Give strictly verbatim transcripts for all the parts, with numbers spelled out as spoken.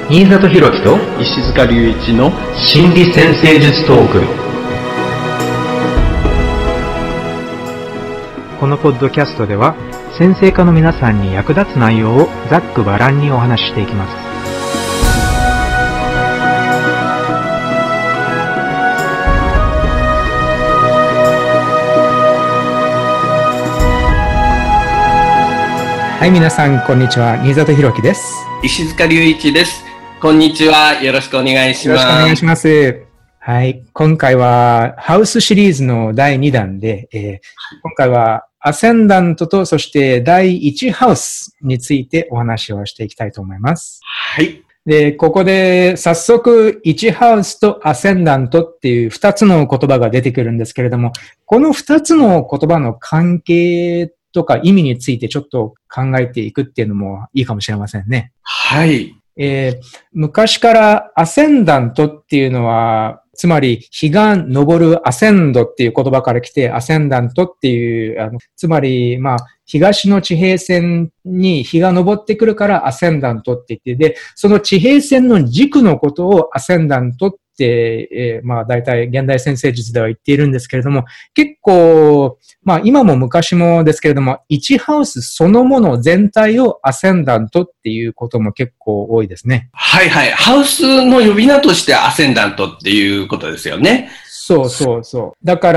新里博樹と石塚隆一の心理先生術トーク。このポッドキャストでは先生科の皆さんに役立つ内容をざっくばらんにお話ししていきます。はい、皆さんこんにちは。新里博樹です。 石塚隆一です。こんにちは。よろしくお願いします。 よろしくお願いします。はい。今回はハウスシリーズのだいにだんで、えー、今回はアセンダントとそしてだいいちハウスについてお話をしていきたいと思います。 はい。 で、ここで早速いちハウスとアセンダントっていうふたつの言葉が出てくるんですけれども、このふたつの言葉の関係とか意味についてちょっと考えていくっていうのもいいかもしれませんね。 はい。 えー、昔からアセンダントっていうのは、つまり日が昇るアセンドっていう言葉から来て、アセンダントっていう、あのつまり、まあ、東の地平線に日が昇ってくるからアセンダントって言って、で、その地平線の軸のことをアセンダントって、えー、まあ、大体現代先生術では言っているんですけれども、結構、まあ、今も昔もですけれども、いちハウスそのもの全体をアセンダントっていうことも結構多いですね。 はいはい。ハウスの呼び名としてアセンダントっていうことですよね。 そうそうそう。だから、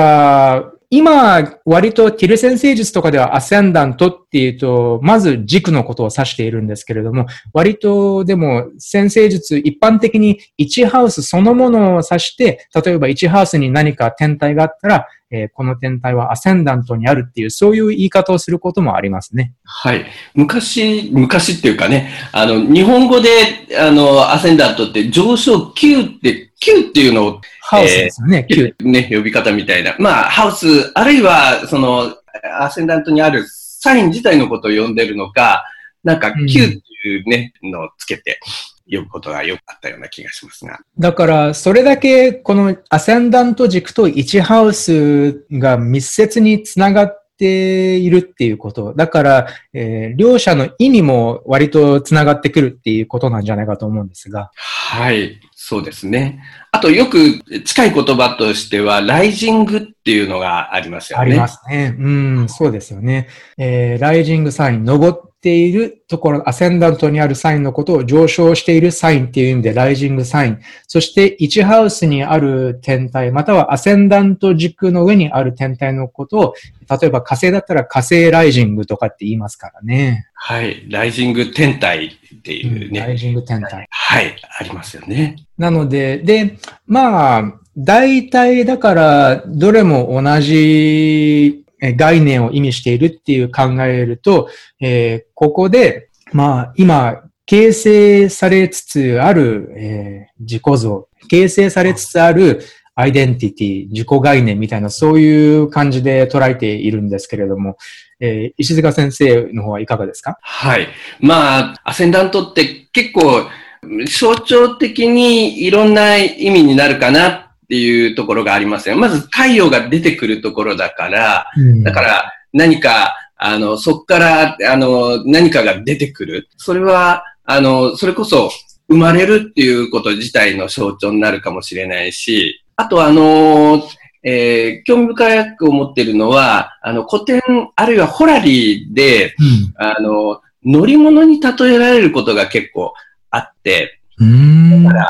今、割とティル先生術とかではアセンダントっていうと、まず軸のことを指しているんですけれども、割とでも先生術一般的にいちハウスそのものを指して、例えばいちハウスに何か天体があったら、えー、この天体はアセンダントにあるっていう、そういう言い方をすることもありますね。 はい。昔、昔っていうかね、あの、日本語で、あの、アセンダントって上昇級って、級っていうのを、 ハウスですよね、 えー、級。ね、呼び方みたいな。まあ、ハウス、あるいは、その、アセンダントにあるサイン自体のことを呼んでるのか、なんか、級っていうね、うん、のをつけて、呼ぶことがよくあったような気がしますが。 だから、それだけ、このアセンダント軸といちハウスが密接につながっているっていうこと。だから、えー、両者の意味も割とつながってくるっていうことなんじゃないかと思うんですが。 はい。そうですね。あとよく近い言葉としては、ライジングっていうのがありますよね。 ありますね。うん、そうですよね。えー、ライジングサイン、登っているところ、アセンダントにあるサインのことを上昇しているサインっていう意味でライジングサイン。そしていちハウスにある天体、またはアセンダント軸の上にある天体のことを、例えば火星だったら火星ライジングとかって言いますからね。 はい。ライジング天体っていうね。 うん、ライジング天体。 はい。ありますよね。 なので、で、まあ、大体だから、どれも同じ概念を意味しているっていう考えると、えー、ここで、まあ、今、形成されつつある、えー、自己像、形成されつつあるアイデンティティ、自己概念みたいな、そういう感じで捉えているんですけれども、えー、石塚先生の方はいかがですか？ はい。まあ、アセンダントって結構、象徴的にいろんな意味になるかなっていうところがありますよ。まず太陽が出てくるところだから、うん、だから何か、あの、そこから、あの、何かが出てくる。それは、あの、それこそ生まれるっていうこと自体の象徴になるかもしれないし、あとあの、えー、興味深く思っているのは、あの、古典、あるいはホラリーで、うん、あの、乗り物に例えられることが結構あって、 うーん、 だから、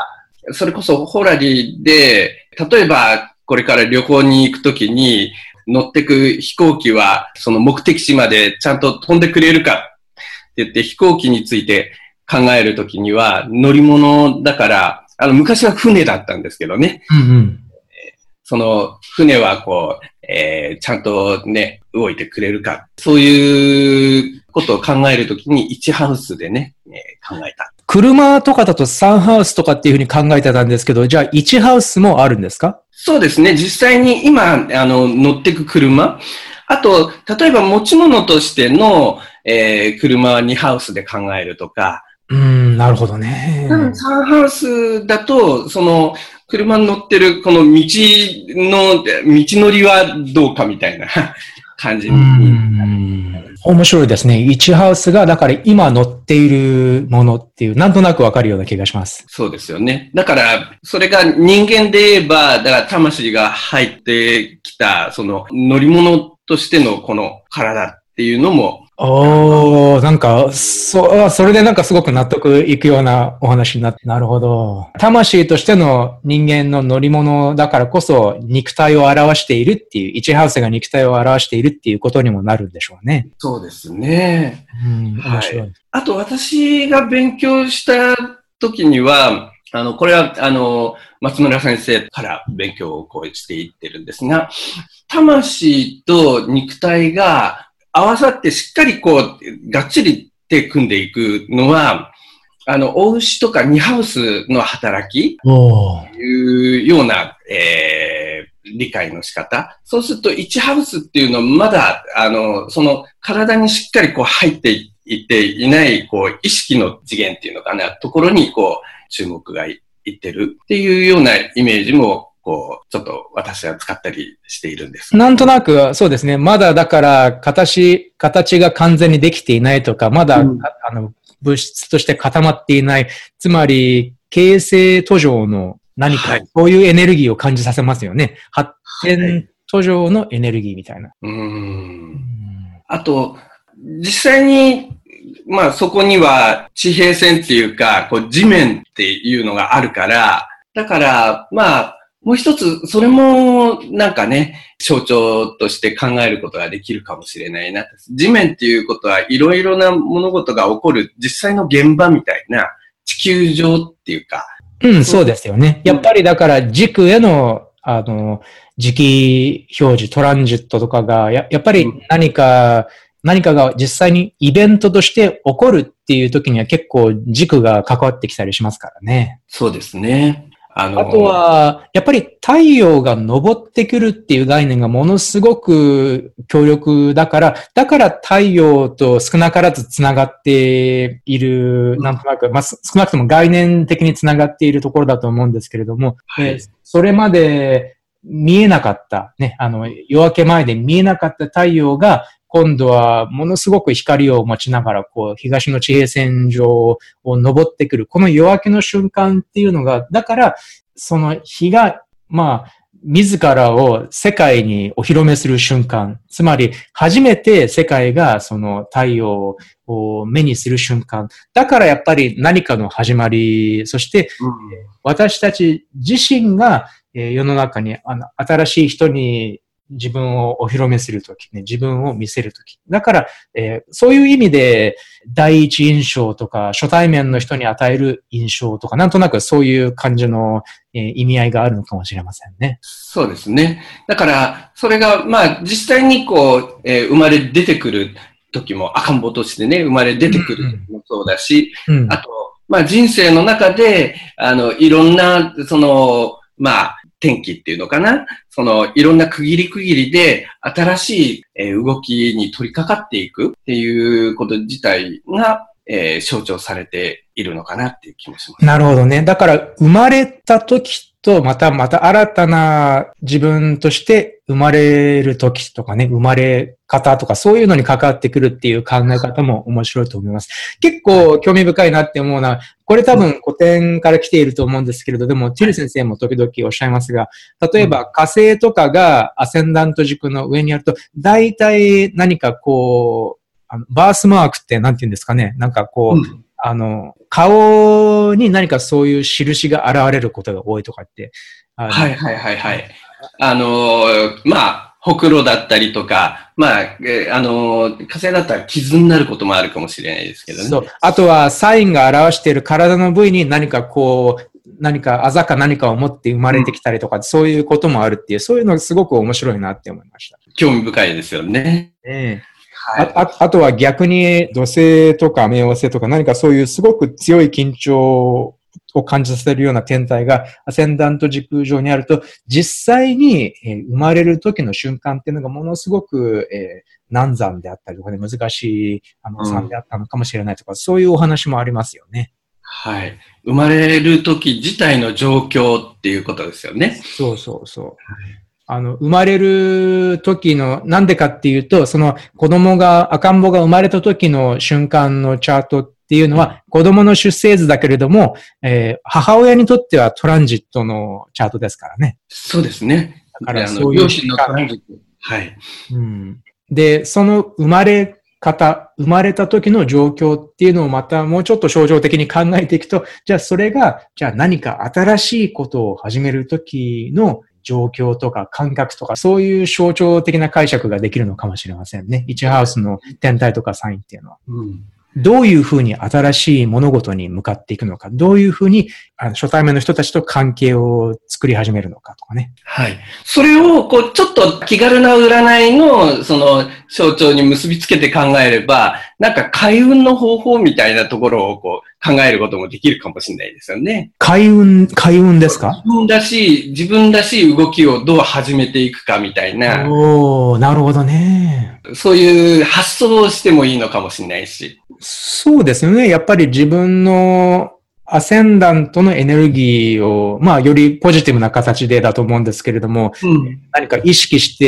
それこそホラリーで、例えばこれから旅行に行くときに乗ってく飛行機はその目的地までちゃんと飛んでくれるかって言って飛行機について考えるときには乗り物だから、あの昔は船だったんですけどね。 うんうん、 その船はこう、えー、ちゃんとね、動いてくれるか。そういうことを考えるときにいちハウスでね、えー、考えた。 車とかだとさんハウスとかっていうふうに考えてたんですけど、じゃあいちハウスもあるんですか？ そうですね。実際に今、あの、乗ってく車。あと、例えば持ち物としての、えー、車はにハウスで考えるとか。 うーん、なるほどね。 さんハウスだと、その、車に乗ってるこの道の、道のりはどうかみたいな感じになる。 面白いですね。いちハウスが、だから今乗っているものっていう、なんとなくわかるような気がします。 そうですよね。だから、それが人間で言えば、だから魂が入ってきた、その乗り物としてのこの体っていうのも、 おー、なんか、そ、それでなんかすごく納得いくようなお話になって、なるほど。魂としての人間の乗り物だからこそ肉体を表しているっていう、いちハウスが肉体を表しているっていうことにもなるんでしょうね。 そうですね。 うん、面白い。 はい。あと私が勉強した時には、あの、これは、あの、松村先生から勉強をこうしていってるんですが、魂と肉体が合わさってしっかりこう、がっちり手組んでいくのは、あの、大牛とかにハウスの働きというような、えー、理解の仕方。そうするといちハウスっていうのはまだ、あの、その体にしっかりこう入っていっていない、こう、意識の次元っていうのかな、ところにこう、注目がいってるっていうようなイメージも、こう、ちょっと私は使ったりしているんです。 なんとなく、そうですね。まだだから、形、形が完全にできていないとか、まだ、うん、あの、物質として固まっていない。つまり、形成途上の何か、はい、そういうエネルギーを感じさせますよね。発展途上のエネルギーみたいな。 はい、うーん。あと、実際に、まあそこには地平線っていうか、こう地面っていうのがあるから、だから、まあ、もう一つ、それもなんかね、象徴として考えることができるかもしれないな。地面っていうことはいろいろな物事が起こる実際の現場みたいな地球上っていうか。 うん、そうですよね。やっぱりだから軸への、あの、時期表示、トランジットとかが、や, やっぱり何か、何かが実際にイベントとして起こるっていう時には結構軸が関わってきたりしますからね。 そうですね。 あのー、あとは、やっぱり太陽が昇ってくるっていう概念がものすごく強力だから、だから太陽と少なからずつながっている、なんとなく、まあ、少なくとも概念的につながっているところだと思うんですけれども、はい、それまで見えなかった、ね、あの、夜明け前で見えなかった太陽が、今度はものすごく光を持ちながら、こう、東の地平線上を登ってくる。この夜明けの瞬間っていうのが、だから、その日が、まあ、自らを世界にお披露目する瞬間。つまり、初めて世界がその太陽を目にする瞬間。だからやっぱり何かの始まり、そして、うん、私たち自身が世の中にあの新しい人に自分をお披露目するとき、ね、自分を見せるとき。だから、えー、そういう意味で、第一印象とか、初対面の人に与える印象とか、なんとなくそういう感じの、えー、意味合いがあるのかもしれませんね。 そうですね。だから、それが、まあ、実際にこう、えー、生まれ出てくる時も赤ん坊としてね、生まれ出てくる時もそうだし、うんうん、あと、まあ、人生の中で、あの、いろんな、その、まあ、転機っていうのかな、そのいろんな区切り区切りで新しい、えー、動きに取り掛かっていくっていうこと自体が、えー、象徴されているのかなっていう気もします。 なるほどね。だから生まれた時とまたまた新たな自分として生まれる時とかね、生まれ方とかそういうのに関わってくるっていう考え方も面白いと思います。結構興味深いなって思うのは、これ多分古典から来ていると思うんですけれど、でもティル先生も時々おっしゃいますが、例えば火星とかがアセンダント軸の上にあると、大体何かこう、あのバースマークってなんて言うんですかね、なんかこう、うんあの、顔に何かそういう印が現れることが多いとかって。 はいはいはいはい。あのー、まあ、ほくろだったりとか、まあ、えー、あのー、火星だったら傷になることもあるかもしれないですけどね。そう。 あとは、サインが表している体の部位に何かこう、何かあざか何かを持って生まれてきたりとか、うん、そういうこともあるっていう、そういうのがすごく面白いなって思いました。 興味深いですよね。 ええはい、あ, あ, あとは逆に土星とか冥王星とか何かそういうすごく強い緊張を感じさせるような天体がアセンダント軸上にあると実際に、えー、生まれる時の瞬間っていうのがものすごく、えー、難産であったりとかね難しいあの産であったのかもしれないとか、うん、そういうお話もありますよね。 はい。生まれる時自体の状況っていうことですよね。 そうそうそう。はいあの、生まれる時の、なんでかっていうと、その子供が、赤ん坊が生まれた時の瞬間のチャートっていうのは、子供の出生図だけれども、えー、母親にとってはトランジットのチャートですからね。 そうですね。 だからそういう両親のトランジット。はい。 うん。で、その生まれ方、生まれた時の状況っていうのをまたもうちょっと象徴的に考えていくと、じゃあそれが、じゃあ何か新しいことを始める時の状況とか感覚とか、そういう象徴的な解釈ができるのかもしれませんね。いちハウスの天体とかサインっていうのは。うんどういうふうに新しい物事に向かっていくのか、どういうふうにあの初対面の人たちと関係を作り始めるのかとかね。 はい。それを、こう、ちょっと気軽な占いの、その、象徴に結びつけて考えれば、なんか開運の方法みたいなところを、こう、考えることもできるかもしれないですよね。 開運、開運ですか？ 自分らしい、自分らしい動きをどう始めていくかみたいな。 おー、なるほどね。 そういう発想をしてもいいのかもしれないし。 そうですよね。やっぱり自分のアセンダントのエネルギーを、まあ、よりポジティブな形でだと思うんですけれども、うん、何か意識して、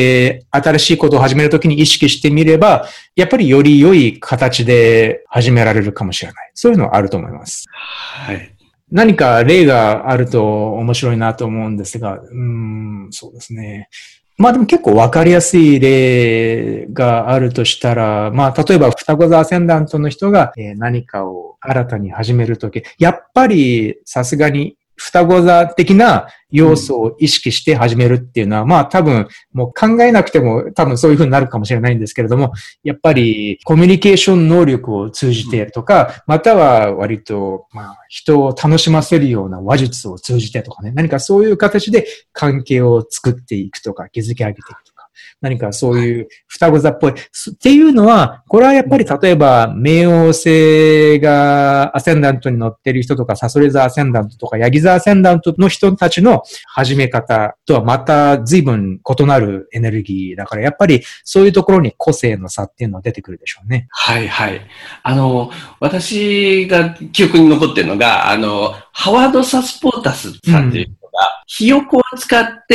新しいことを始めるときに意識してみれば、やっぱりより良い形で始められるかもしれない。そういうのはあると思います。 はい。 何か例があると面白いなと思うんですが、うーん、そうですね。まあでも結構わかりやすい例があるとしたら、まあ例えば双子座アセンダントの人が何かを新たに始めるとき、やっぱりさすがに双子座的な要素を意識して始めるっていうのは、うん、まあ多分もう考えなくても多分そういう風になるかもしれないんですけれども、やっぱりコミュニケーション能力を通じてとか、または割とまあ人を楽しませるような話術を通じてとかね、何かそういう形で関係を作っていくとか、築き上げていくとか。何かそういう双子座っぽい。っていうのは、これはやっぱり例えば、冥王星がアセンダントに乗っている人とか、サソリ座アセンダントとか、ヤギ座アセンダントの人たちの始め方とはまた随分異なるエネルギーだから、やっぱりそういうところに個性の差っていうのは出てくるでしょうね。 はいはい。あの、私が記憶に残っているのが、あの、ハワード・サスポータスさんっていう、うんひよこを使って、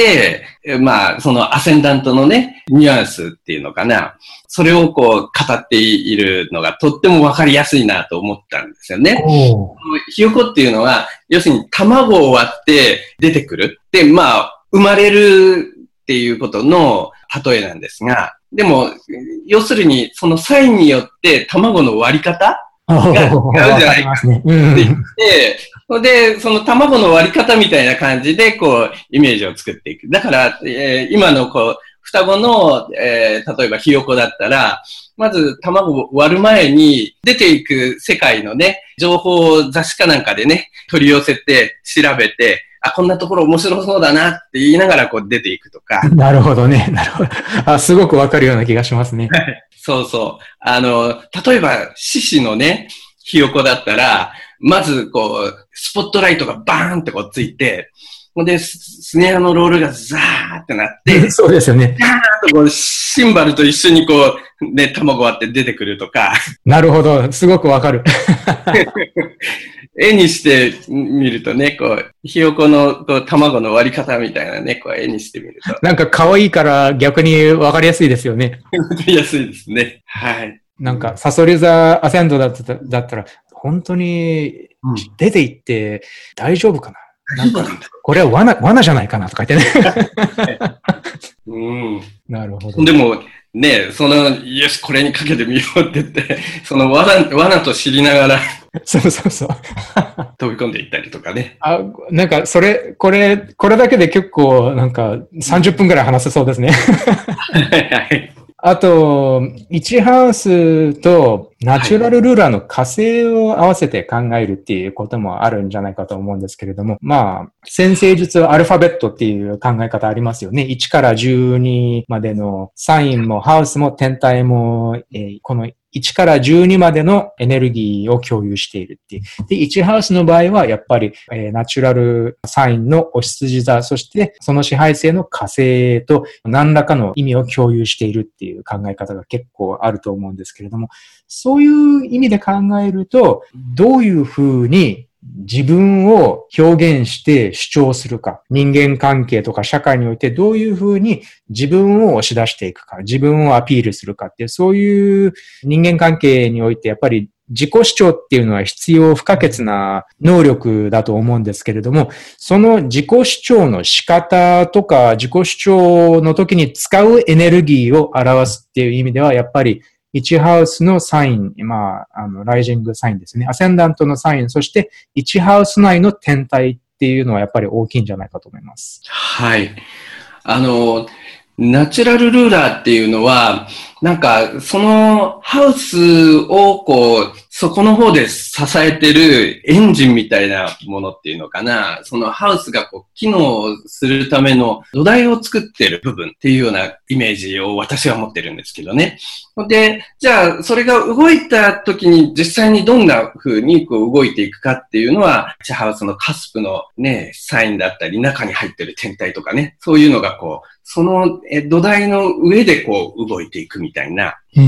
まあ、そのアセンダントのね、ニュアンスっていうのかな。それをこう語っているのがとってもわかりやすいなと思ったんですよね。ひよこっていうのは、要するに卵を割って出てくる。で、まあ、生まれるっていうことの例えなんですが、でも、要するにそのサインによって卵の割り方が違うじゃないかって言って、で、その卵の割り方みたいな感じで、こう、イメージを作っていく。だから、えー、今のこう、双子の、えー、例えばひよこだったら、まず卵を割る前に出ていく世界のね、情報を雑誌かなんかでね、取り寄せて、調べて、あ、こんなところ面白そうだなって言いながらこう出ていくとか。 なるほどね。なるほど。あ、すごくわかるような気がしますね。 そうそう。あの、例えば、獅子のね、ひよこだったら、まず、こう、スポットライトがバーンってこうついて、ほんで、スネアのロールがザーってなって、 そうですよね。 ザーッとこう、シンバルと一緒にこう、ね、卵割って出てくるとか。 なるほど。すごくわかる。 絵にしてみるとね、こう、ひよこのこう卵の割り方みたいなね、こう絵にしてみると。 なんか可愛いから逆にわかりやすいですよね。 わかりやすいですね。はい。 なんか、サソリ座アセンドだっただったら、本当に出て行って大丈夫かな、うん、なんか、これは罠、罠じゃないかなとか言ってね。 うん。 なるほど。 でも、ね、その、よし、これにかけてみようって言って、その罠、罠と知りながら、 そうそうそう。 飛び込んでいったりとかね。 あ、なんか、それ、これ、これだけで結構、なんか、さんじゅっぷんくらい話せそうですね。はい。あと、いちハウスとナチュラルルーラーの火星を合わせて考えるっていうこともあるんじゃないかと思うんですけれども、まあ、占星術アルファベットっていう考え方ありますよね。いちからじゅうにまでのサインもハウスも天体も、えー、このいちからじゅうにまでのエネルギーを共有しているっていう。で、いちハウスの場合はやっぱり、えー、ナチュラルサインのお羊座、そしてその支配星の火星と何らかの意味を共有しているっていう考え方が結構あると思うんですけれども、そういう意味で考えると、どういうふうに自分を表現して主張するか、人間関係とか社会においてどういうふうに自分を押し出していくか、自分をアピールするかっていう、そういう人間関係においてやっぱり自己主張っていうのは必要不可欠な能力だと思うんですけれども、その自己主張の仕方とか自己主張の時に使うエネルギーを表すっていう意味では、やっぱりいちハウスのサイン、まあ、あの、ライジングサインですね。アセンダントのサイン、そしていちハウス内の天体っていうのはやっぱり大きいんじゃないかと思います。 はい。あの、ナチュラルルーラーっていうのは、なんか、そのハウスをこう、そこの方で支えてるエンジンみたいなものっていうのかな。そのハウスがこう、機能するための土台を作ってる部分っていうようなイメージを私は持ってるんですけどね。で、じゃあ、それが動いた時に実際にどんな風にこう動いていくかっていうのは、いちハウスのカスプのね、サインだったり、中に入ってる天体とかね、そういうのがこう、その土台の上でこう動いていくみたいな。 うん。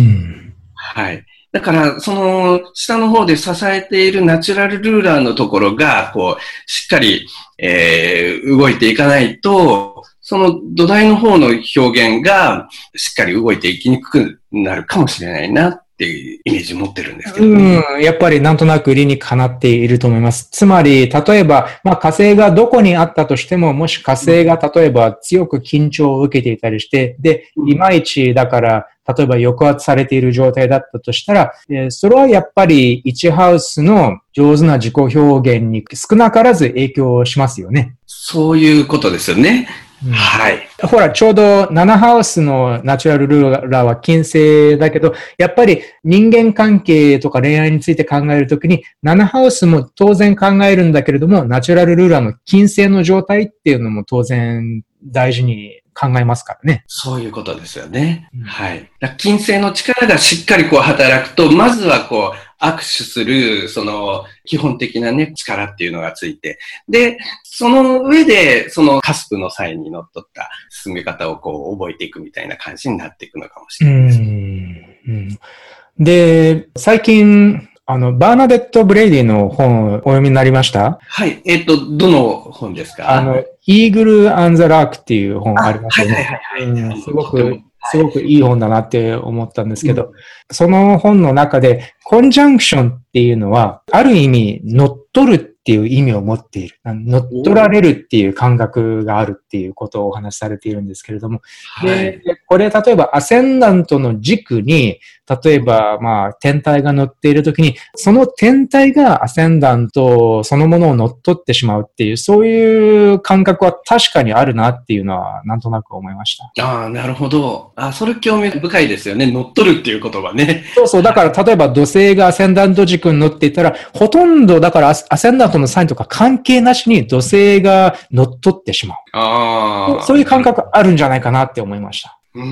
はい。だから、その下の方で支えているナチュラルルーラーのところが、こう、しっかり、えー、動いていかないと、その土台の方の表現がしっかり動いていきにくくなるかもしれないなっていうイメージを持ってるんですけどね。 うん、やっぱりなんとなく理にかなっていると思います。つまり、例えば、まあ火星がどこにあったとしても、もし火星が例えば強く緊張を受けていたりして、で、いまいちだから、例えば抑圧されている状態だったとしたら、えー、それはやっぱりいちハウスの上手な自己表現に少なからず影響しますよね。 そういうことですよね。うん、はい。 ほら、ちょうどななハウスのナチュラルルーラーは金星だけど、やっぱり人間関係とか恋愛について考えるときに、ななハウスも当然考えるんだけれども、ナチュラルルーラーの金星の状態っていうのも当然大事に考えますからね。 そういうことですよね。うん、はい。金星の力がしっかりこう働くと、まずはこう握手する、その基本的なね、力っていうのがついて、で、その上で、そのカスプのサインにのっとった進め方をこう覚えていくみたいな感じになっていくのかもしれないですね。 うん、で、最近、あの、バーナデット・ブレイディの本をお読みになりました？ はい。えっと、どの本ですか？ あの、イーグル・アン・ザ・ラークっていう本ありますよね。はいはいはいはい。すごく、すごくいい本だなって思ったんですけど、うん、その本の中で、コンジャンクションっていうのは、ある意味、乗っ取るっていう意味を持っている。乗っ取られるっていう感覚があるっていうことをお話しされているんですけれども。 はい、 で、これ例えばアセンダントの軸に、例えばまあ天体が乗っているときに、その天体がアセンダントそのものを乗っ取ってしまうっていう、そういう感覚は確かにあるなっていうのはなんとなく思いました。 ああ、なるほど。あ、それ興味深いですよね。乗っ取るっていう言葉ね。 そうそう。だから例えば土星がアセンダント軸に乗っていたら、ほとんどだからアセンダントのサインとか関係なしに土星が乗っ取ってしまう。 ああ。 そういう感覚あるんじゃないかなって思いました。 うん。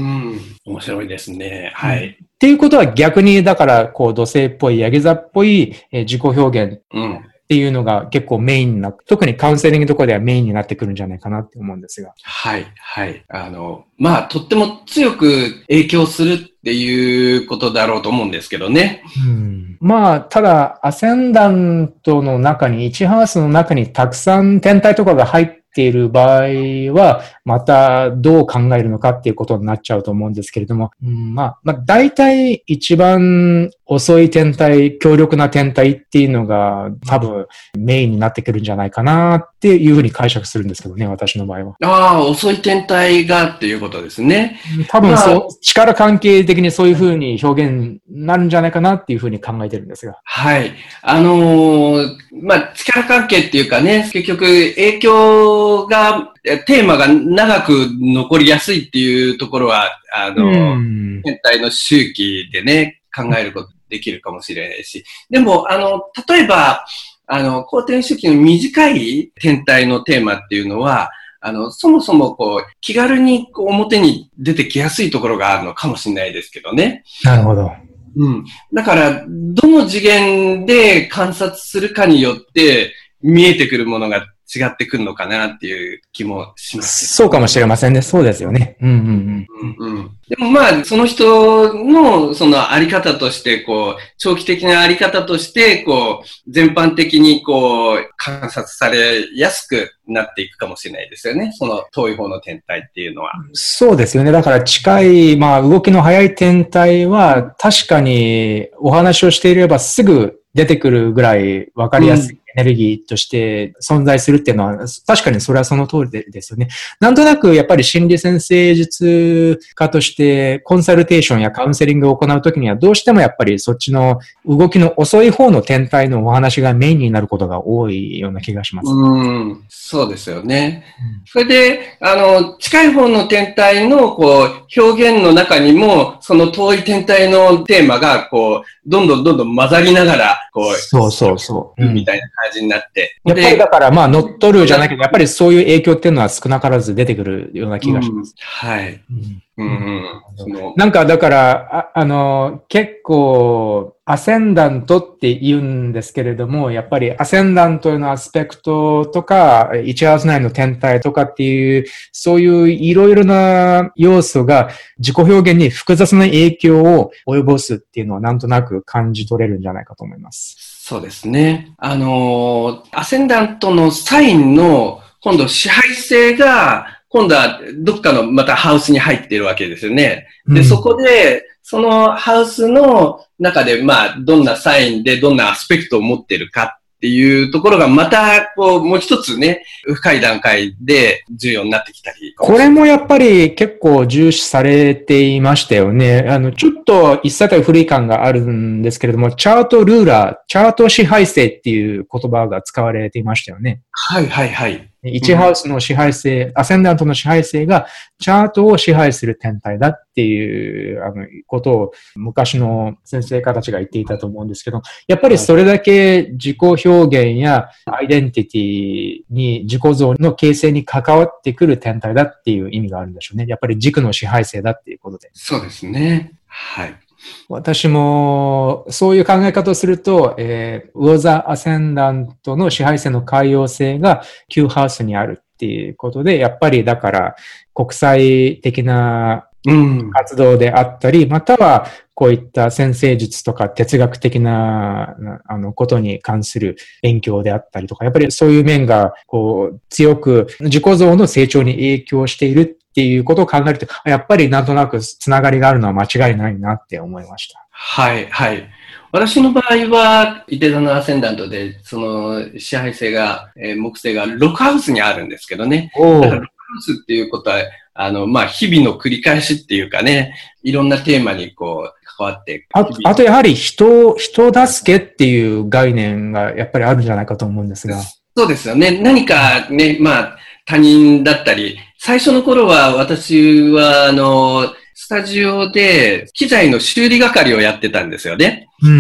面白いですね。はい。 っていうことは逆に、だから、こう、土星っぽい、ヤギ座っぽい、えー、自己表現っていうのが結構メインな、特にカウンセリングのところではメインになってくるんじゃないかなって思うんですが。 はい、はい。あの、まあ、とっても強く影響するっていうことだろうと思うんですけどね。 うん、まあ、ただ、アセンダントの中に、いちハウスの中にたくさん天体とかが入ってている場合は、またどう考えるのかっていうことになっちゃうと思うんですけれども、うん、まあ、まあ、大体一番遅い天体、強力な天体っていうのが多分メインになってくるんじゃないかなっていうふうに解釈するんですけどね、私の場合は。 ああ、遅い天体がっていうことですね。 多分そう、まあ、力関係的にそういうふうに表現になるんじゃないかなっていうふうに考えてるんですが。 はい。あのー、まあ、力関係っていうかね、結局影響が、テーマが長く残りやすいっていうところは、あの、天体の周期でね、考えることできるかもしれないし。でも、あの、例えば、あの、公転周期の短い天体のテーマっていうのは、あの、そもそもこう、気軽にこう表に出てきやすいところがあるのかもしれないですけどね。 なるほど。 うん。だから、どの次元で観察するかによって、見えてくるものが違ってくるのかなっていう気もします。 そうかもしれませんね。そうですよね。うんうんうん。うんうん、でもまあ、その人のそのあり方として、こう、長期的なあり方として、こう、全般的にこう、観察されやすくなっていくかもしれないですよね。その遠い方の天体っていうのは。 そうですよね。だから近い、まあ動きの速い天体は確かにお話をしていればすぐ出てくるぐらい分かりやすいエネルギーとして存在するっていうのは、確かにそれはその通りでですよね。なんとなくやっぱり心理先生術家としてコンサルテーションやカウンセリングを行うときにはどうしてもやっぱりそっちの動きの遅い方の天体のお話がメインになることが多いような気がします。 うん、そうですよね。うん、それで、あの、近い方の天体のこう表現の中にも、その遠い天体のテーマがこう、どんどんどんどん混ざりながら、こう、 そうそうそう。 みたいな感じになって。 やっぱりだからまあ乗っ取るじゃないけど、やっぱりそういう影響っていうのは少なからず出てくるような気がします。 うん、はい。うんうん、 そのなんかだからあ、あの、結構、アセンダントって言うんですけれども、やっぱりアセンダントのアスペクトとか、いちハウス内の天体とかっていう、そういういろいろな要素が自己表現に複雑な影響を及ぼすっていうのはなんとなく感じ取れるんじゃないかと思います。 そうですね。あの、アセンダントのサインの今度支配性が、今度はどっかのまたハウスに入っているわけですよね。で、うん、そこで、そのハウスの中で、まあ、どんなサインでどんなアスペクトを持っているかっていうところがまた、こう、もう一つね、深い段階で重要になってきたり。 これもやっぱり結構重視されていましたよね。あの、ちょっと一世帯古い感があるんですけれども、チャートルーラー、チャート支配性っていう言葉が使われていましたよね。 はいはいはい。 いちハウスの支配性、うん、アセンダントの支配性がチャートを支配する天体だっていうあのことを昔の先生方たちが言っていたと思うんですけど、やっぱりそれだけ自己表現やアイデンティティに自己像の形成に関わってくる天体だっていう意味があるんでしょうね。やっぱり軸の支配性だっていうことで。 そうですね。はい。 私もそういう考え方をすると、えー、ウォーザーアセンダントの支配性の海洋性がきゅうハウスにあるっていうことで、やっぱりだから国際的な活動であったり、うん、またはこういった占星術とか哲学的なあのことに関する勉強であったりとか、やっぱりそういう面がこう強く自己像の成長に影響しているっていうことを考えると、やっぱりなんとなくつながりがあるのは間違いないなって思いました。 はい、はい。私の場合は、伊手座のアセンダントで、その支配性が、えー、木星がろくハウスにあるんですけどね。だからろくハウスっていうことは、あの、まあ、日々の繰り返しっていうかね、いろんなテーマにこう、関わって。 あ, あとやはり人、人助けっていう概念がやっぱりあるんじゃないかと思うんですが。 そうですよね。何かね、まあ、他人だったり、最初の頃は私は、あの、スタジオで機材の修理係をやってたんですよね。 うん。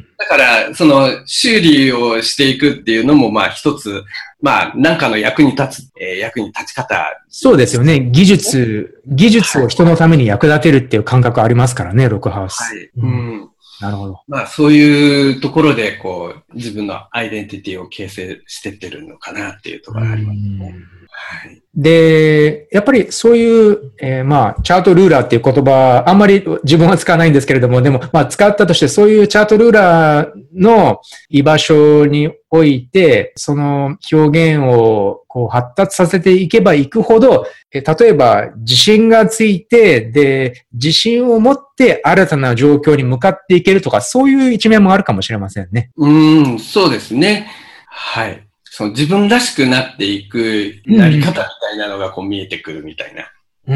だから、その修理をしていくっていうのも、まあ一つ、まあ何かの役に立つ、えー、役に立ち方。 そうですよね。技術、技術を人のために役立てるっていう感覚ありますからね、ロックハウス。 はい。うん。うん、 なるほど。 まあそういうところで、こう、自分のアイデンティティを形成してってるのかなっていうところがありますね。 はい、で、やっぱりそういう、えー、まあ、チャートルーラーっていう言葉、あんまり自分は使わないんですけれども、でも、まあ、使ったとして、そういうチャートルーラーの居場所において、その表現をこう発達させていけばいくほど、えー、例えば、自信がついて、で、自信を持って新たな状況に向かっていけるとか、そういう一面もあるかもしれませんね。 うーん、そうですね。はい。その自分らしくなっていくなり方みたいなのがこう見えてくるみたいな。 うん。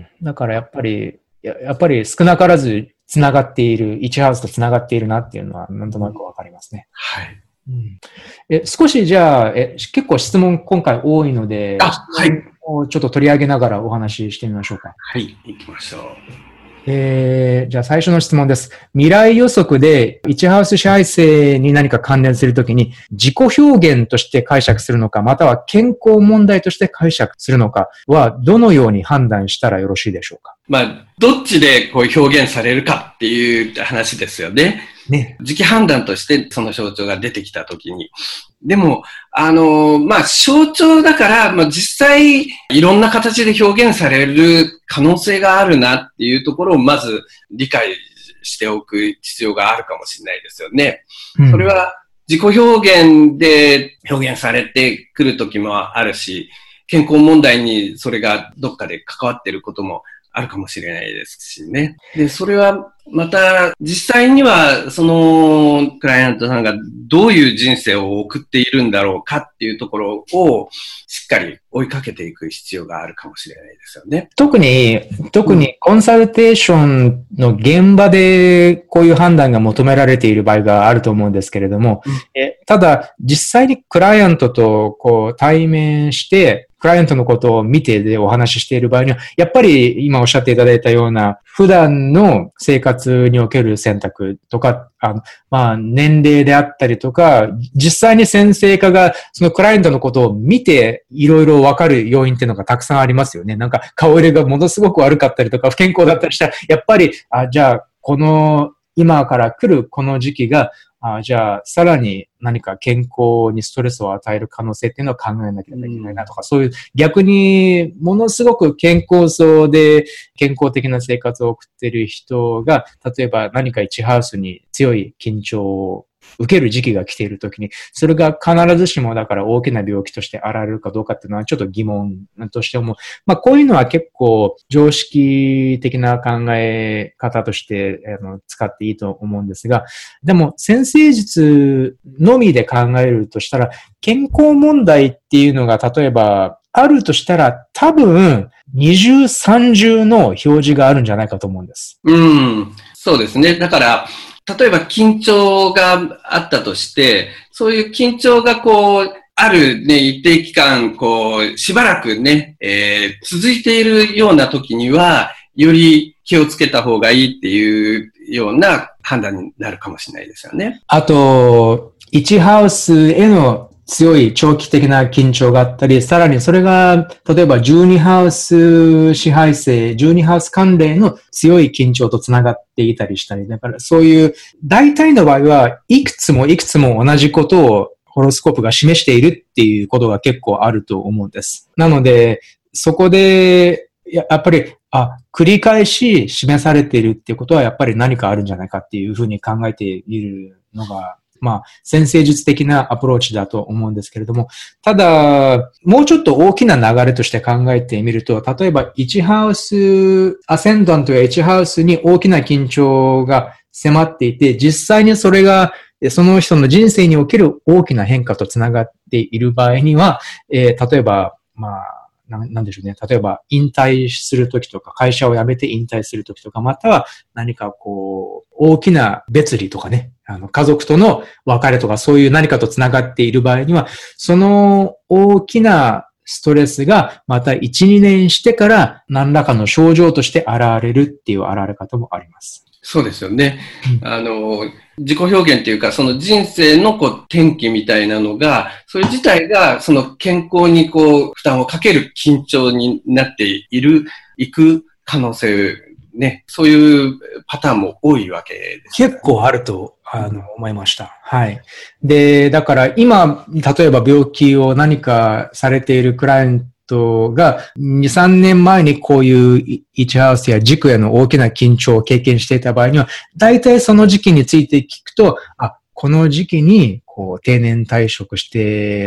だからやっぱり、や, やっぱり少なからずつながっている、いちハウスとつながっているなっていうのはなんとなくわかりますね。 はい。 うん、え少しじゃあえ、結構質問今回多いので、 あ、はい。 ちょっと取り上げながらお話ししてみましょうか。 はい、行きましょう。 えー、じゃあ最初の質問です。未来予測でいちハウス支配性に何か関連するときに自己表現として解釈するのか、または健康問題として解釈するのかはどのように判断したらよろしいでしょうか。 まあ、どっちでこう表現されるかっていう話ですよね。 ね。 時期判断としてその象徴が出てきたときに。でも、あの、まあ、象徴だから、まあ、実際、いろんな形で表現される可能性があるなっていうところをまず理解しておく必要があるかもしれないですよね。うん、それは自己表現で表現されてくるときもあるし、健康問題にそれがどっかで関わっていることもあるかもしれないですしね。で、それはまた実際にはそのクライアントさんがどういう人生を送っているんだろうかっていうところをしっかり追いかけていく必要があるかもしれないですよね。 特に、特にコンサルテーションの現場でこういう判断が求められている場合があると思うんですけれども、うん、えただ実際にクライアントとこう対面してクライアントのことを見てでお話ししている場合には、やっぱり今おっしゃっていただいたような普段の生活における選択とか、あの、まあ、年齢であったりとか、実際に先生家がそのクライアントのことを見ていろいろわかる要因っていうのがたくさんありますよね。なんか顔色がものすごく悪かったりとか、不健康だったりしたら、やっぱり、あ、じゃあ、この、今から来るこの時期が、あじゃあ、さらに何か健康にストレスを与える可能性っていうのを考えなければいけないなとか、うん、そういう逆にものすごく健康そうで健康的な生活を送っている人が、例えば何か一ハウスに強い緊張を受ける時期が来ているときに、それが必ずしもだから大きな病気として現れるかどうかっていうのはちょっと疑問として思う。まあこういうのは結構常識的な考え方としてあの使っていいと思うんですが、でも先生術のみで考えるとしたら、健康問題っていうのが例えばあるとしたら多分二重三重の表示があるんじゃないかと思うんです。 うん、そうですね。だから例えば緊張があったとして、そういう緊張がこう、あるね、一定期間、こう、しばらくね、えー、続いているような時には、より気をつけた方がいいっていうような判断になるかもしれないですよね。 あと、いちハウスへの強い長期的な緊張があったり、さらにそれが、例えばじゅうにハウス支配性、じゅうにハウス関連の強い緊張とつながっていたりしたり、だからそういう、大体の場合はいくつもいくつも同じことをホロスコープが示しているっていうことが結構あると思うんです。なので、そこで、やっぱり、あ、繰り返し示されているっていうことはやっぱり何かあるんじゃないかっていうふうに考えているのが、まあ、先生術的なアプローチだと思うんですけれども、ただ、もうちょっと大きな流れとして考えてみると、例えばいちハウス、アセンダントやいちハウスに大きな緊張が迫っていて、実際にそれがその人の人生における大きな変化とつながっている場合には、えー、例えば、まあ、な, なんでしょうね。例えば、引退するときとか、会社を辞めて引退するときとか、または何かこう、大きな別離とかね、あの、家族との別れとか、そういう何かとつながっている場合には、その大きなストレスがまたいち、にねんしてから何らかの症状として現れるっていう現れ方もあります。 そうですよね。あの、自己表現っていうか、その人生のこう転機みたいなのが、それ自体がその健康にこう負担をかける緊張になっている、いく可能性ね、そういうパターンも多いわけです、 ね。結構あると、あの、思いました。はい。で、だから今、例えば病気を何かされているクライアントがに、さんねんまえにこういういちハウスや軸への大きな緊張を経験していた場合には、大体その時期について聞くと、あ、この時期にこう定年退職して、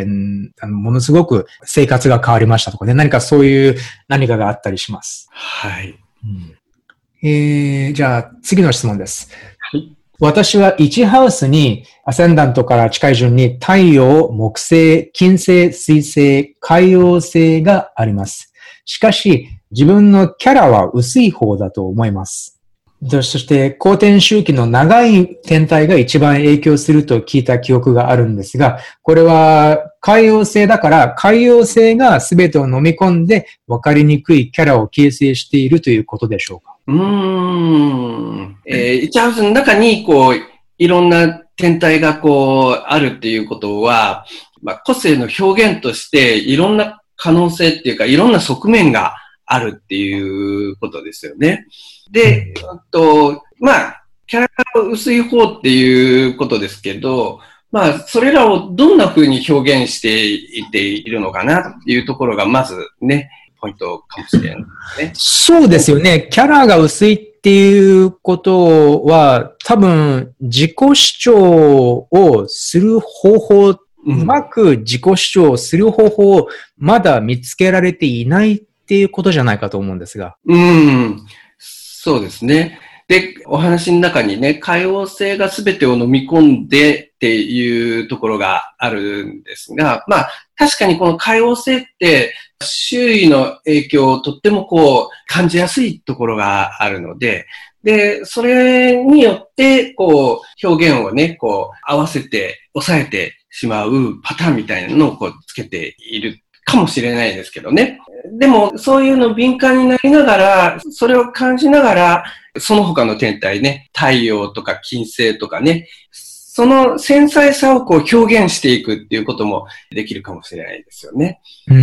あのものすごく生活が変わりましたとかね、何かそういう何かがあったりします。 はい。 うんえー、じゃあ次の質問です。 はい。 私はいちハウスにアセンダントから近い順に太陽、木星、金星、水星、海王星があります。しかし自分のキャラは薄い方だと思います。そして公転周期の長い天体が一番影響すると聞いた記憶があるんですが、これは海王星だから海王星が全てを飲み込んで分かりにくいキャラを形成しているということでしょうか？ うーん。えー、いちハウスの中に、こう、いろんな天体がこう、あるっていうことは、まあ、個性の表現として、いろんな可能性っていうか、いろんな側面があるっていうことですよね。で、あと、まあ、 キャラが薄い方っていうことですけど、まあ、それらをどんな風に表現していっているのかなっていうところが、まずね、ポイントかもしれないですね。 そうですよね。キャラが薄いっていうことは、多分、自己主張をする方法、うまく自己主張をする方法をまだ見つけられていないっていうことじゃないかと思うんですが。 うん、そうですね。で、お話の中にね、海王星が全てを飲み込んでっていうところがあるんですが、まあ、確かにこの海王星って、周囲の影響をとってもこう、感じやすいところがあるので、で、それによって、こう、表現をね、こう、合わせて、抑えてしまうパターンみたいなのをこう、つけているかもしれないですけどね。でも、そういうの敏感になりながら、それを感じながら、その他の天体ね、太陽とか金星とかね、その繊細さをこう表現していくっていうこともできるかもしれないですよね。 うん。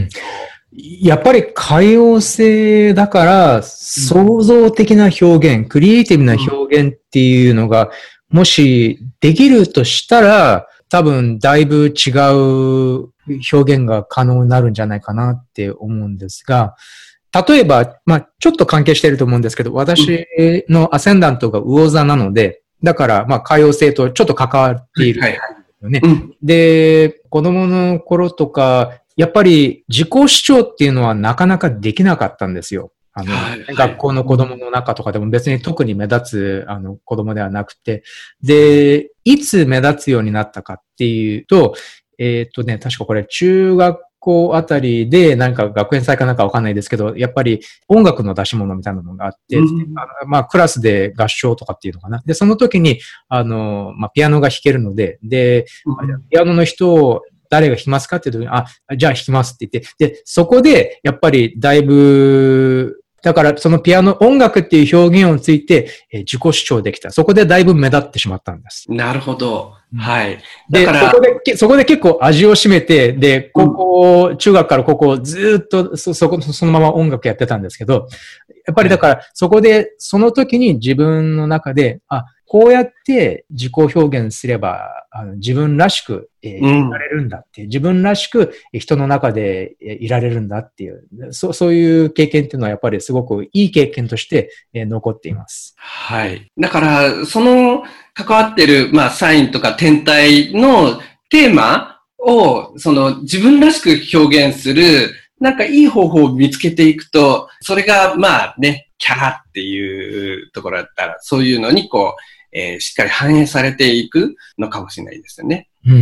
やっぱり海王星だから創造的な表現、クリエイティブな表現っていうのがもしできるとしたら多分だいぶ違う表現が可能になるんじゃないかなって思うんですが、例えば、まあちょっと関係していると思うんですけど、私のアセンダントが魚座なので、だから、まあ、海王星とちょっと関わっている、ね。はいはいうん、で、子供の頃とか、やっぱり自己主張っていうのはなかなかできなかったんですよ。あの、はいはい、学校の子供の中とかでも別に特に目立つあの子供ではなくて、で、いつ目立つようになったかっていうと、えっとね、確かこれ中学校あたりでなんか学園祭かなんかわかんないですけど、やっぱり音楽の出し物みたいなのがあって、うん、あのまあクラスで合唱とかっていうのかな。で、その時に、あの、まあピアノが弾けるので、で、うん、ピアノの人を誰が弾きますかっていう時に、あ、じゃあ弾きますって言って、で、そこでやっぱりだいぶ、だからそのピアノ、音楽っていう表現をついて、えー、自己主張できた。そこでだいぶ目立ってしまったんです。 なるほど。はい。 で、そこで、そこで結構味を占めて、で、高校、うん、中学から高校ずっとそ、そこ、そのまま音楽やってたんですけど、やっぱりだから、そこで、その時に自分の中で、あ、こうやって自己表現すれば、あの自分らしく、えー、いられるんだっていう、自分らしく人の中でいられるんだっていう、そ、そういう経験っていうのはやっぱりすごくいい経験として、えー、残っています。 はい。だから、その関わってる、まあ、サインとか天体のテーマを、その自分らしく表現する、なんかいい方法を見つけていくと、それが、まあね、キャラっていうところだったら、そういうのにこう、えー、しっかり反映されていくのかもしれないですよね。 うん。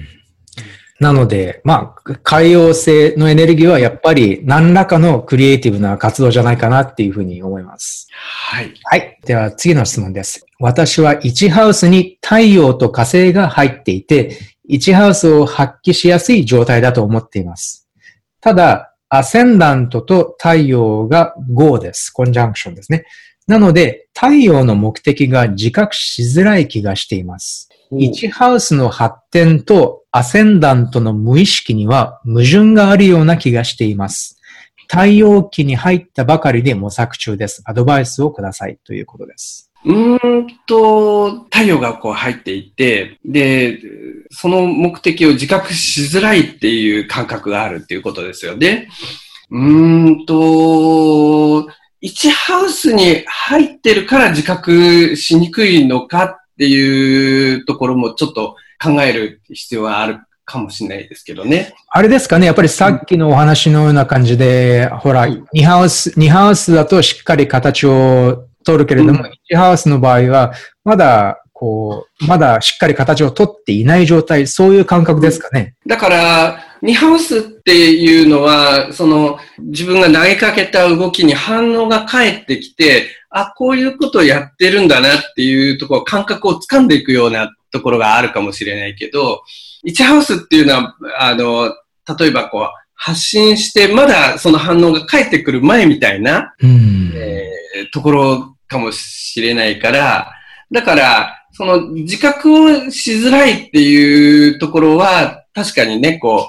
なので、まあ、海王星のエネルギーはやっぱり何らかのクリエイティブな活動じゃないかなっていうふうに思います。 はい。 はい。では次の質問です。私はいちハウスに太陽と火星が入っていて、いちハウスを発揮しやすい状態だと思っています。ただ、アセンダントと太陽がごです。コンジャンクションですね。なので、太陽の目的が自覚しづらい気がしています。いちハウスの発展とアセンダントの無意識には矛盾があるような気がしています。太陽期に入ったばかりで模索中です。アドバイスをくださいということです。 うーんと、太陽がこう入っていて、で、その目的を自覚しづらいっていう感覚があるっていうことですよね。うーんと、いちハウスに入ってるから自覚しにくいのかっていうところもちょっと考える必要はあるかもしれないですけどね。 あれですかね、やっぱりさっきのお話のような感じで、うん、ほら、にハウス、にハウスだとしっかり形を取るけれども、うん、いちハウスの場合は、まだ、こう、まだしっかり形を取っていない状態、そういう感覚ですかね。 だから、にハウスっていうのは、その、自分が投げかけた動きに反応が返ってきて、あ、こういうことをやってるんだなっていうところ、感覚を掴んでいくようなところがあるかもしれないけど、いちハウスっていうのは、あの、例えばこう、発信して、まだその反応が返ってくる前みたいな、 うんえー、ところかもしれないから、だから、その自覚をしづらいっていうところは、確かにね、こう、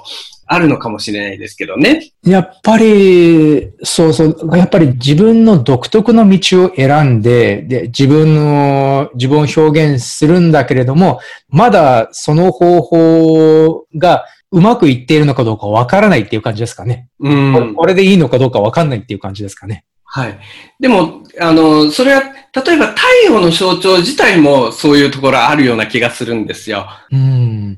あるのかもしれないですけどね。 やっぱり、そうそう、やっぱり自分の独特の道を選んで、で、自分の、自分を表現するんだけれども、まだその方法がうまくいっているのかどうかわからないっていう感じですかね。 うん。 これでいいのかどうかわかんないっていう感じですかね。 はい。でも、あの、それは、例えば太陽の象徴自体もそういうところあるような気がするんですよ。 うん。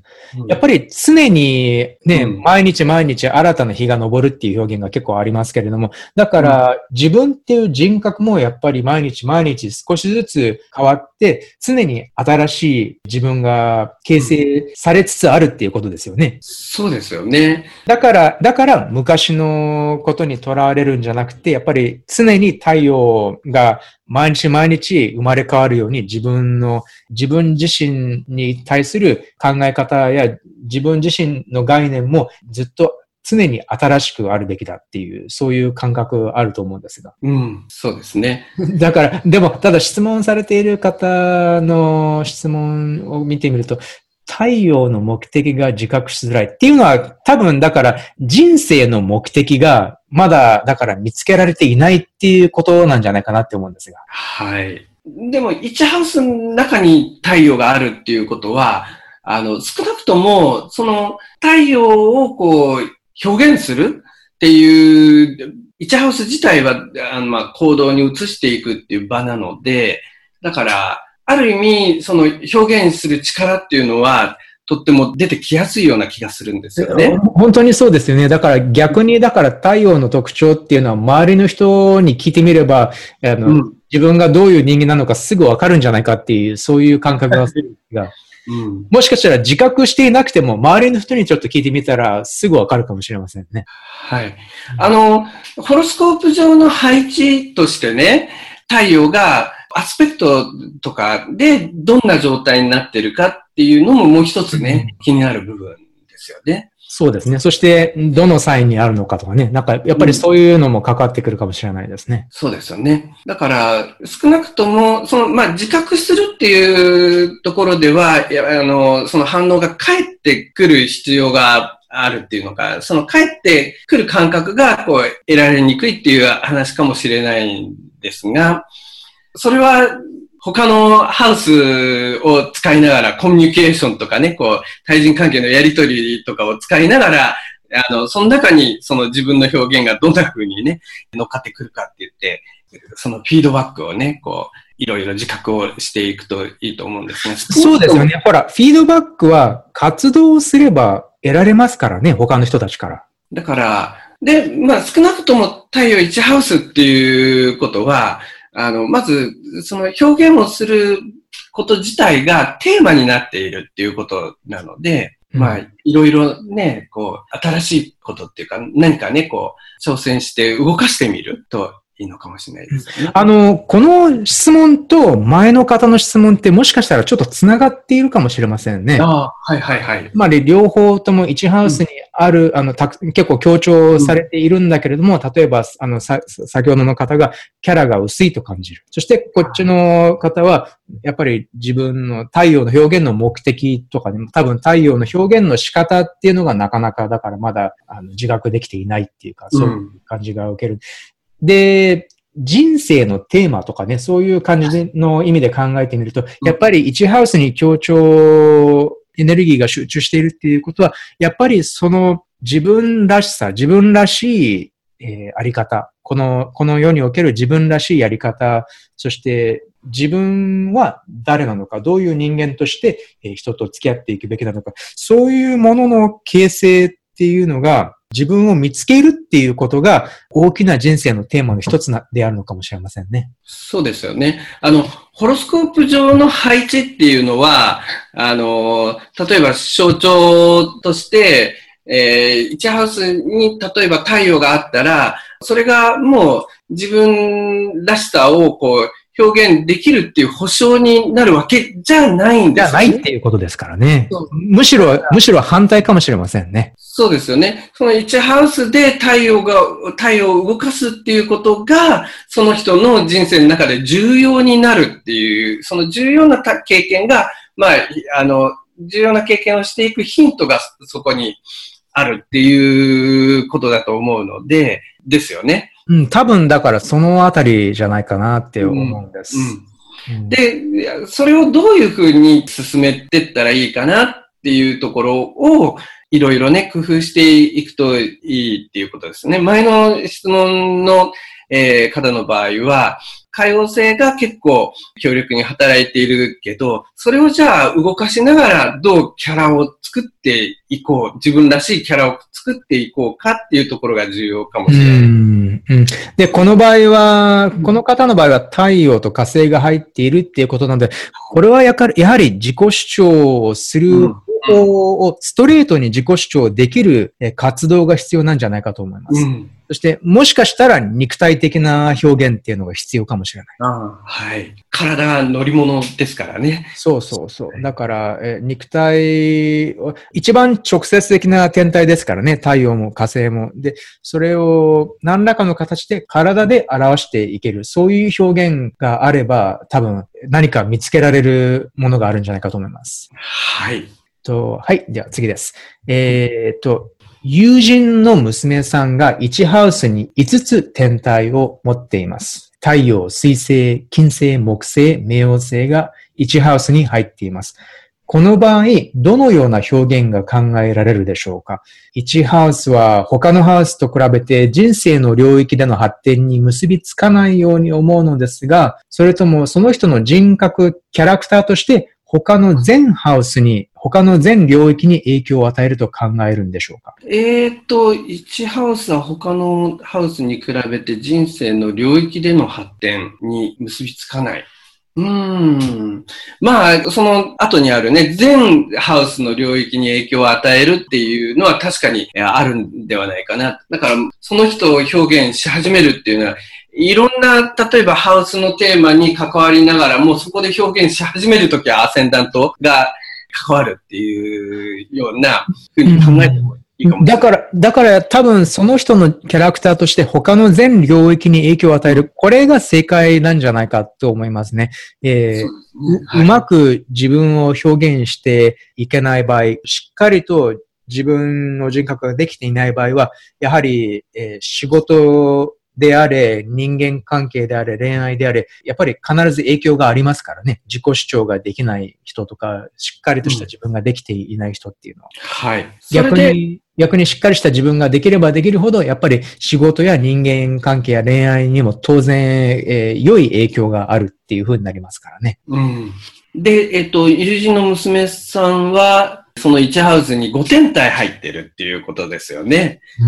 やっぱり常にね、うん、毎日毎日新たな日が昇るっていう表現が結構ありますけれども、だから自分っていう人格もやっぱり毎日毎日少しずつ変わって、常に新しい自分が形成されつつあるっていうことですよね。 そうですよね。 だから、だから昔のことにとらわれるんじゃなくて、やっぱり常に太陽が毎日毎日生まれ変わるように自分の、自分自身に対する考え方や自分自身の概念もずっと常に新しくあるべきだっていう、そういう感覚あると思うんですが。 うん、そうですね。 だから、でも、ただ質問されている方の質問を見てみると、太陽の目的が自覚しづらいっていうのは多分だから人生の目的がまだだから見つけられていないっていうことなんじゃないかなって思うんですが。 はい。でも、いちハウスの中に太陽があるっていうことは、あの、少なくとも、その太陽をこう表現するっていう、いちハウス自体は、あの、まあ、行動に移していくっていう場なので、だから、ある意味、その表現する力っていうのは、とっても出てきやすいような気がするんですよね。 本当にそうですよね。だから逆に、だから太陽の特徴っていうのは周りの人に聞いてみれば、あの、うん、自分がどういう人間なのかすぐわかるんじゃないかっていう、そういう感覚がするんですが、うん、もしかしたら自覚していなくても、周りの人にちょっと聞いてみたらすぐわかるかもしれませんね。 はい。あの、ホロスコープ上の配置としてね、太陽がアスペクトとかでどんな状態になってるかっていうのももう一つね、気になる部分ですよね。 そうですね。そして、どのサインにあるのかとかね。なんか、やっぱりそういうのも関わってくるかもしれないですね。うん、 そうですよね。だから、少なくとも、その、まあ、自覚するっていうところでは、いや、あの、その反応が返ってくる必要があるっていうのか、その返ってくる感覚が、こう、得られにくいっていう話かもしれないんですが、それは、他のハウスを使いながらコミュニケーションとかね、こう、対人関係のやりとりとかを使いながら、あの、その中にその自分の表現がどんな風にね、乗っかってくるかって言って、そのフィードバックをね、こう、いろいろ自覚をしていくといいと思うんですね。 そうですよね。ほら、フィードバックは活動すれば得られますからね、他の人たちから。 だから、で、まあ少なくとも太陽いちハウスっていうことは、あの、まず、その表現をすること自体がテーマになっているっていうことなので、うん、まあ、いろいろね、こう、新しいことっていうか、何かね、こう、挑戦して動かしてみるといいのかもしれないですね。 あの、この質問と前の方の質問ってもしかしたらちょっと繋がっているかもしれませんね。 ああ、はいはいはい。 つまり両方ともいちハウスにある、うん、あの、た結構強調されているんだけれども、うん、例えば、あの、さ、先ほどの方がキャラが薄いと感じる。そしてこっちの方は、やっぱり自分の太陽の表現の目的とかにも、多分太陽の表現の仕方っていうのがなかなかだからまだあの自覚できていないっていうか、そういう感じが受ける。うん、で、人生のテーマとかね、そういう感じの意味で考えてみると、やっぱりいちハウスに強調、エネルギーが集中しているっていうことは、やっぱりその自分らしさ、自分らしい、えー、あり方、この、この世における自分らしいやり方、そして自分は誰なのか、どういう人間として、えー、人と付き合っていくべきなのか、そういうものの形成っていうのが、自分を見つけるっていうことが大きな人生のテーマの一つであるのかもしれませんね。 そうですよね。あの、ホロスコープ上の配置っていうのは、あの、例えば象徴として、えー、いちハウスに例えば太陽があったら、それがもう自分らしさをこう、表現できるっていう保証になるわけじゃないんですよね。 じゃないっていうことですからね。むしろ、むしろ反対かもしれませんね。 そうですよね。そのいちハウスで太陽が、太陽を動かすっていうことが、その人の人生の中で重要になるっていう、その重要な経験が、まあ、あの、重要な経験をしていくヒントがそこにあるっていうことだと思うので、ですよね。 うん、多分だからそのあたりじゃないかなって思うんです。 うんうん、で、それをどういうふうに進めていったらいいかなっていうところを、いろいろね、工夫していくといいっていうことですね。前の質問の、えー、方の場合は、海王星が結構強力に働いているけど、それをじゃあ動かしながらどうキャラを作っていこう、自分らしいキャラを作っていこうかっていうところが重要かもしれない。うんうん、で、この場合は、この方の場合は太陽と火星が入っているっていうことなので、これはやはり自己主張をする方法をストレートに自己主張できる活動が必要なんじゃないかと思います。うん、そして、もしかしたら肉体的な表現っていうのが必要かもしれない。 ああ、はい。体が乗り物ですからね。 そうそうそう。だから、え肉体、一番直接的な天体ですからね、太陽も火星も。で、それを何らかの形で体で表していける。そういう表現があれば、多分何か見つけられるものがあるんじゃないかと思います。 はい。 とはい。では次です。えー、っと、友人の娘さんがいちハウスにいつつ天体を持っています。太陽、水星、金星、木星、冥王星がいちハウスに入っています。この場合、どのような表現が考えられるでしょうか？ いち ハウスは他のハウスと比べて人生の領域での発展に結びつかないように思うのですが、それともその人の人格、キャラクターとして他の全ハウスに、他の全領域に影響を与えると考えるんでしょうか？ えーと、いちハウスは他のハウスに比べて人生の領域での発展に結びつかない。うーん。まあ、その後にあるね、全ハウスの領域に影響を与えるっていうのは確かにあるんではないかな。だから、その人を表現し始めるっていうのは、いろんな、例えばハウスのテーマに関わりながらも、そこで表現し始めるときはアセンダントが関わるっていうようなふうに考えてもいいかもしれない。 だから、だから多分その人のキャラクターとして他の全領域に影響を与える。これが正解なんじゃないかと思いますね。えーう, はい、うまく自分を表現していけない場合、しっかりと自分の人格ができていない場合は、やはり、えー、仕事であれ、人間関係であれ、恋愛であれ、やっぱり必ず影響がありますからね。自己主張ができない人とか、しっかりとした自分ができていない人っていうのは。 うん、はい。 逆に、逆にしっかりした自分ができればできるほど、やっぱり仕事や人間関係や恋愛にも当然、えー、良い影響があるっていう風になりますからね。 うん。で、えっと、友人の娘さんは、そのいちハウスにご天体入ってるっていうことですよね。 うん。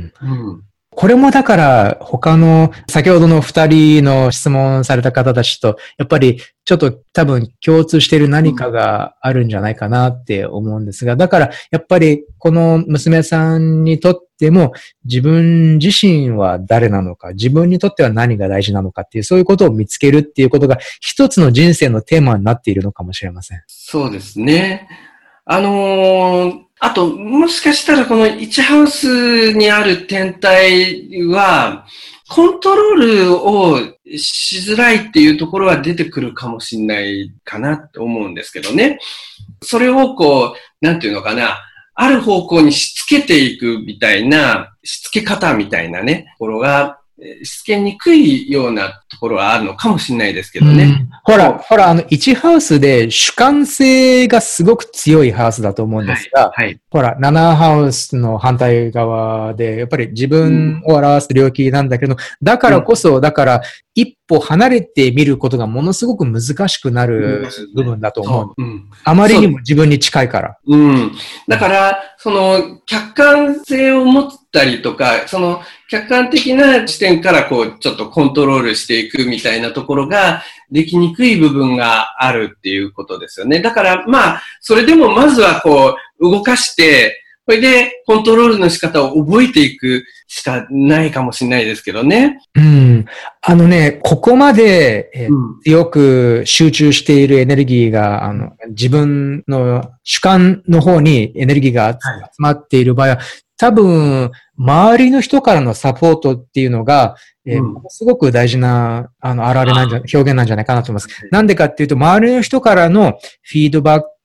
うんこれもだから他の先ほどの二人の質問された方たちとやっぱりちょっと多分共通している何かがあるんじゃないかなって思うんですが、だからやっぱりこの娘さんにとっても自分自身は誰なのか、自分にとっては何が大事なのかっていうそういうことを見つけるっていうことが一つの人生のテーマになっているのかもしれません。 そうですね。あのーあと、もしかしたらこのいちハウスにある天体は、コントロールをしづらいっていうところは出てくるかもしれないかなって思うんですけどね。それをこう、なんていうのかな、ある方向にしつけていくみたいな、しつけ方みたいなね、ところが、しつけにくいようなところはあるのかもしれないですけどね。うん、 ほら、ほら、あの、いちハウスで主観性がすごく強いハウスだと思うんですが、はいはい、ほら、ななハウスの反対側で、やっぱり自分を表す領域なんだけど、だからこそ、だから、一歩離れてみることがものすごく難しくなる部分だと思う。うん、あまりにも自分に近いから。 うん。だから、その、客観性を持ったりとか、その、客観的な視点からこう、ちょっとコントロールしていくみたいなところが、できにくい部分があるっていうことですよね。だから、まあ、それでもまずはこう、動かして、それで、コントロールの仕方を覚えていくしかないかもしれないですけどね。 うん。あのね、ここまで、えーうん、強く集中しているエネルギーが、あの、自分の主観の方にエネルギーが集まっている場合は、はい、多分、周りの人からのサポートっていうのが、えー、ものすごく大事な、あの、現れなんじゃ、表現なんじゃないかなと思います。なんでかっていうと、周りの人からのフィードバッ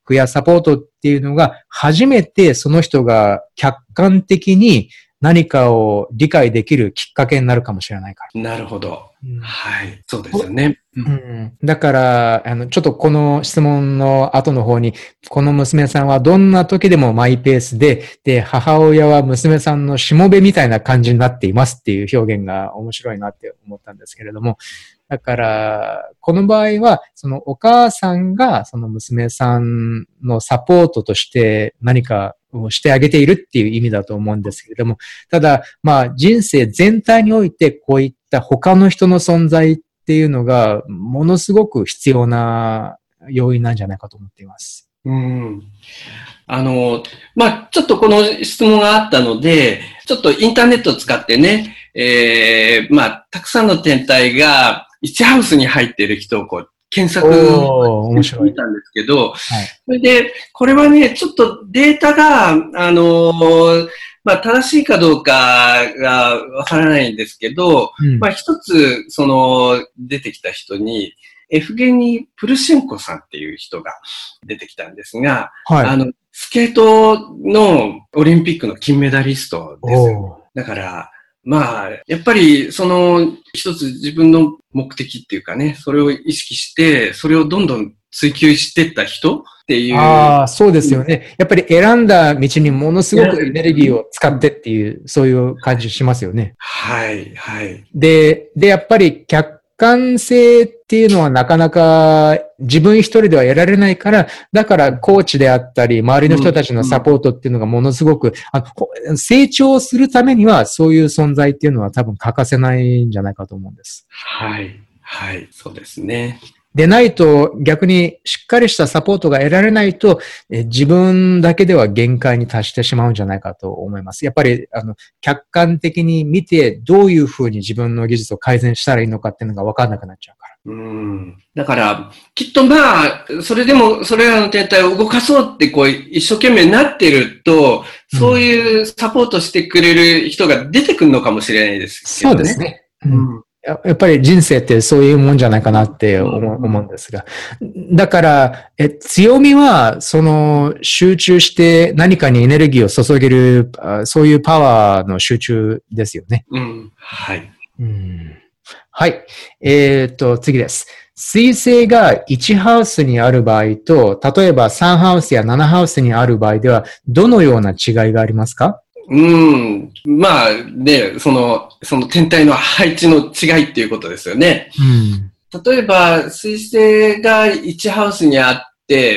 クやサポートっていうのが初めてその人が客観的に何かを理解できるきっかけになるかもしれないから。 なるほど。 うん、 はい。そうですよね。 うんうん、だから、あの、ちょっとこの質問の後の方に、この娘さんはどんな時でもマイペースで、で、母親は娘さんのしもべみたいな感じになっていますっていう表現が面白いなって思ったんですけれども、だから、この場合は、そのお母さんがその娘さんのサポートとして何かをしてあげているっていう意味だと思うんですけれども、ただ、まあ人生全体においてこういった他の人の存在っていうのがものすごく必要な要因なんじゃないかと思っています。 うん。あの、まあ、ちょっとこの質問があったので、ちょっとインターネットを使ってね、えー、まあ、たくさんの天体がいちハウスに入っている人をこう検索してみたんですけど、はい、それで、これはね、ちょっとデータが、あのー、まあ、正しいかどうかがわからないんですけど、うん、まあ、一つ、その、出てきた人に、エフゲニー・プルシェンコさんっていう人が出てきたんですが、はい、あの、スケートのオリンピックの金メダリストですよ。だから、まあ、やっぱり、その、一つ自分の目的っていうかね、それを意識して、それをどんどん追求していった人っていう。 ああ、そうですよね。やっぱり選んだ道にものすごくエネルギーを使ってっていう、そういう感じしますよね。 はい、はい。 で、で、やっぱり客観性っていうのはなかなか自分一人では得られないから、だからコーチであったり、周りの人たちのサポートっていうのがものすごく、あの成長するためにはそういう存在っていうのは多分欠かせないんじゃないかと思うんです。 はい、はい、そうですね。 でないと逆にしっかりしたサポートが得られないとえ自分だけでは限界に達してしまうんじゃないかと思います。やっぱりあの客観的に見てどういうふうに自分の技術を改善したらいいのかっていうのが分かんなくなっちゃうから。 うん。だから、きっとまあ、それでもそれらの天体を動かそうってこう一生懸命になってると、そういうサポートしてくれる人が出てくるのかもしれないですけどね。 そうですね。うんやっぱり人生ってそういうもんじゃないかなって思う、思うんですが。だから、え、強みは、その、集中して何かにエネルギーを注げる、そういうパワーの集中ですよね。 うん。はい。 うん、はい。えっと、次です。水星がいちハウスにある場合と、例えばさんハウスやななハウスにある場合では、どのような違いがありますか？ うん。まあ、ね、その、その天体の配置の違いっていうことですよね。うん、例えば、水星がいちハウスにあって、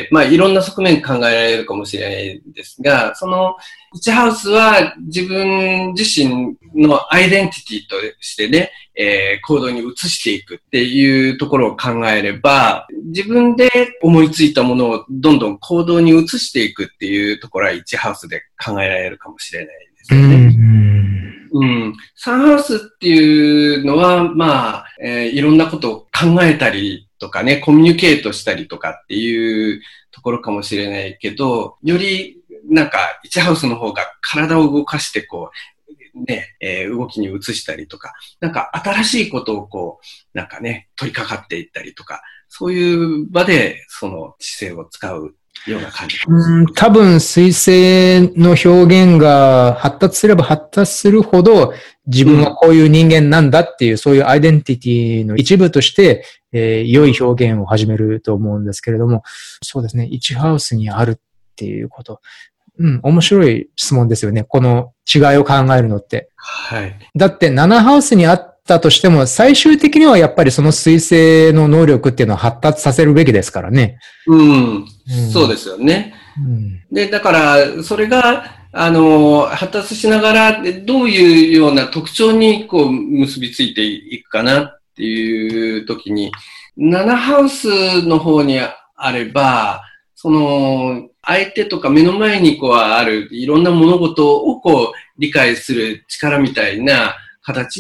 まあ、いろんな側面考えられるかもしれないんですが、そのいちハウスは自分自身のアイデンティティとしてね、えー、行動に移していくっていうところを考えれば、自分で思いついたものをどんどん行動に移していくっていうところはいちハウスで考えられるかもしれないですよね。うんうん、さんハウスっていうのは、まあ、えー、いろんなことを考えたりとかね、コミュニケートしたりとかっていうところかもしれないけど、よりなんかいちハウスの方が体を動かしてこう、ね、えー、動きに移したりとか、なんか新しいことをこう、なんかね、取り掛かっていったりとか、そういう場でその知性を使うような感じ。 うん、多分水星の表現が発達すれば発達するほど自分はこういう人間なんだっていう、うん、そういうアイデンティティの一部として、えー、良い表現を始めると思うんですけれども、そうですね、いちハウスにあるっていうこと。うん、面白い質問ですよね。この違いを考えるのって。 はい。 だってななハウスにあったとしても、最終的にはやっぱりその水星の能力っていうのは発達させるべきですからね。 うん。うん、そうですよね。うん、で、だから、それが、あの、発達しながら、どういうような特徴にこう結びついていくかなっていう時に、ななハウスの方にあれば、その、相手とか目の前にこうあるいろんな物事をこう理解する力みたいな形に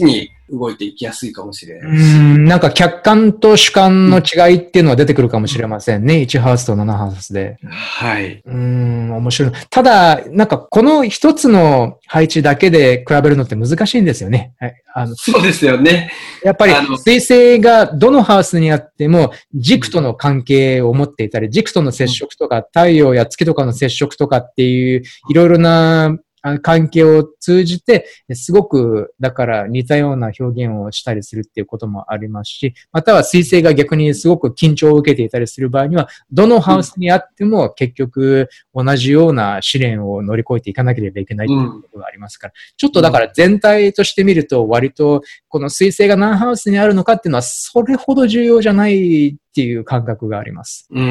動いていきやすいかもしれない。 うん、なんか客観と主観の違いっていうのは出てくるかもしれませんね。いちハウスとななハウスで。 はい。 うん、面白い。ただ、なんかこの一つの配置だけで比べるのって難しいんですよね。はい、あのそうですよね。 やっぱり水星がどのハウスにあっても軸との関係を持っていたり、軸との接触とか太陽や月とかの接触とかっていういろいろな関係を通じて、すごく、だから似たような表現をしたりするっていうこともありますし、または水星が逆にすごく緊張を受けていたりする場合には、どのハウスにあっても結局同じような試練を乗り越えていかなければいけないということがありますから、ちょっとだから全体として見ると割とこの水星が何ハウスにあるのかっていうのはそれほど重要じゃないっていう感覚があります。 うん。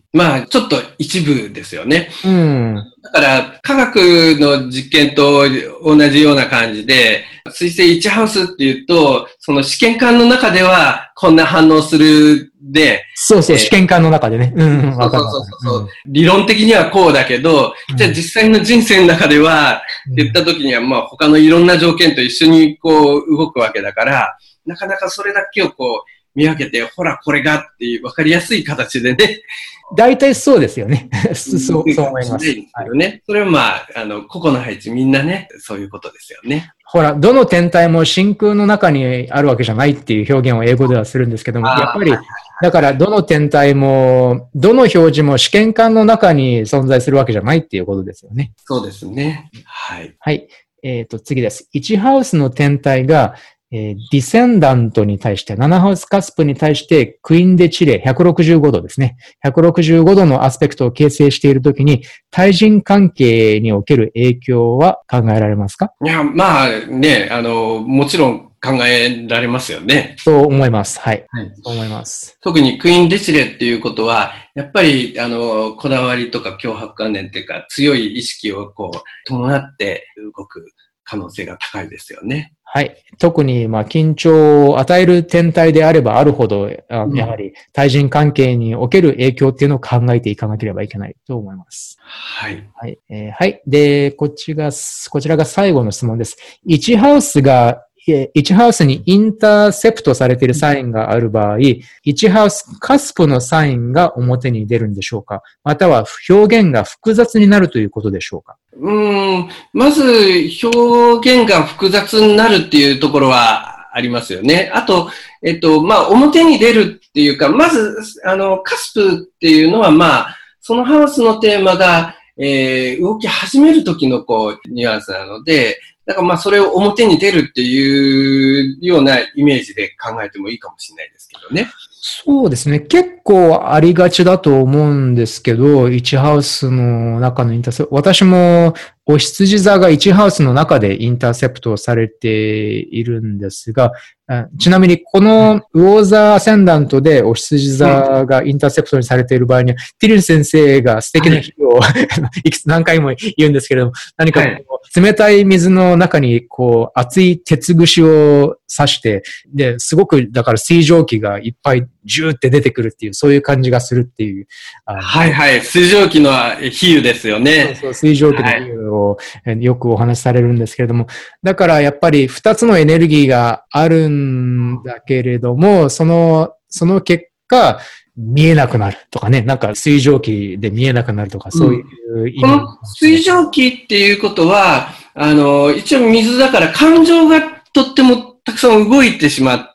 まあ、ちょっと一部ですよね。 うん。 だから、科学の実験と同じような感じで、水星いちハウスっていうと、その試験管の中ではこんな反応するで、 そうそう、えー、試験管の中でね。うん、 そうそうそうそう、うん。理論的にはこうだけど、うん、じゃあ実際の人生の中では、うん、って言った時には、まあ他のいろんな条件と一緒にこう動くわけだから、なかなかそれだけをこう、見分けて、ほら、これがっていう分かりやすい形でね。 大体そうですよね。そう、そう思います。 ね、はい、それはまあ、あの、個々の配置みんなね、そういうことですよね。 ほら、どの天体も真空の中にあるわけじゃないっていう表現を英語ではするんですけども、やっぱり、だからどの天体も、どの表示も試験管の中に存在するわけじゃないっていうことですよね。 そうですね。はい。 はい。えっと、次です。いちハウスの天体が、えー、ディセンダントに対して、ななハウスカスプに対して、クイーンでチレひゃくろくじゅうごどですね。ひゃくろくじゅうごどのアスペクトを形成しているときに、対人関係における影響は考えられますか？ いや、まあね、あの、もちろん考えられますよね。 そう思います。はい。はい、そう思います。 特にクイーンデチレっていうことは、やっぱり、あの、こだわりとか強迫観念っていうか、強い意識をこう、伴って動く可能性が高いですよね。 はい。特に、まあ、緊張を与える天体であればあるほど、やはり対人関係における影響っていうのを考えていかなければいけないと思います。 はい。 はい。えー、はい。で、こっちが、こちらが最後の質問です。いちハウスが、いちハウスにインターセプトされているサインがある場合、いちハウスカスプのサインが表に出るんでしょうか？または表現が複雑になるということでしょうか？ うーん、まず表現が複雑になるっていうところはありますよね。あと、えっと、まあ、表に出るっていうか、まず、あの、カスプっていうのは、まあ、そのハウスのテーマが、えー、動き始める時のこう、ニュアンスなので、だからまあそれを表に出るっていうようなイメージで考えてもいいかもしれないですけどね。 そうですね。結構ありがちだと思うんですけど、いちハウスの中のインターセプト、私もお羊座がいちハウスの中でインターセプトされているんですが、ちなみにこの魚座アセンダントでお羊座がインターセプトにされている場合には、ティルン先生が素敵な日を、はい、いくつ何回も言うんですけれども、何かこう冷たい水の中にこう熱い鉄串を刺して、で、すごくだから水蒸気がいっぱいジューって出てくるっていう、そういう感じがするっていう。 はいはい。水蒸気の比喩ですよね。 そうそう、水蒸気の比喩をよくお話しされるんですけれども、だからやっぱり二つのエネルギーがあるんだけれども、その、その結果、見えなくなるとかね、なんか水蒸気で見えなくなるとか、そういう意味、うん、 この水蒸気っていうことは、あの、一応水だから感情がとってもたくさん動いてしまって、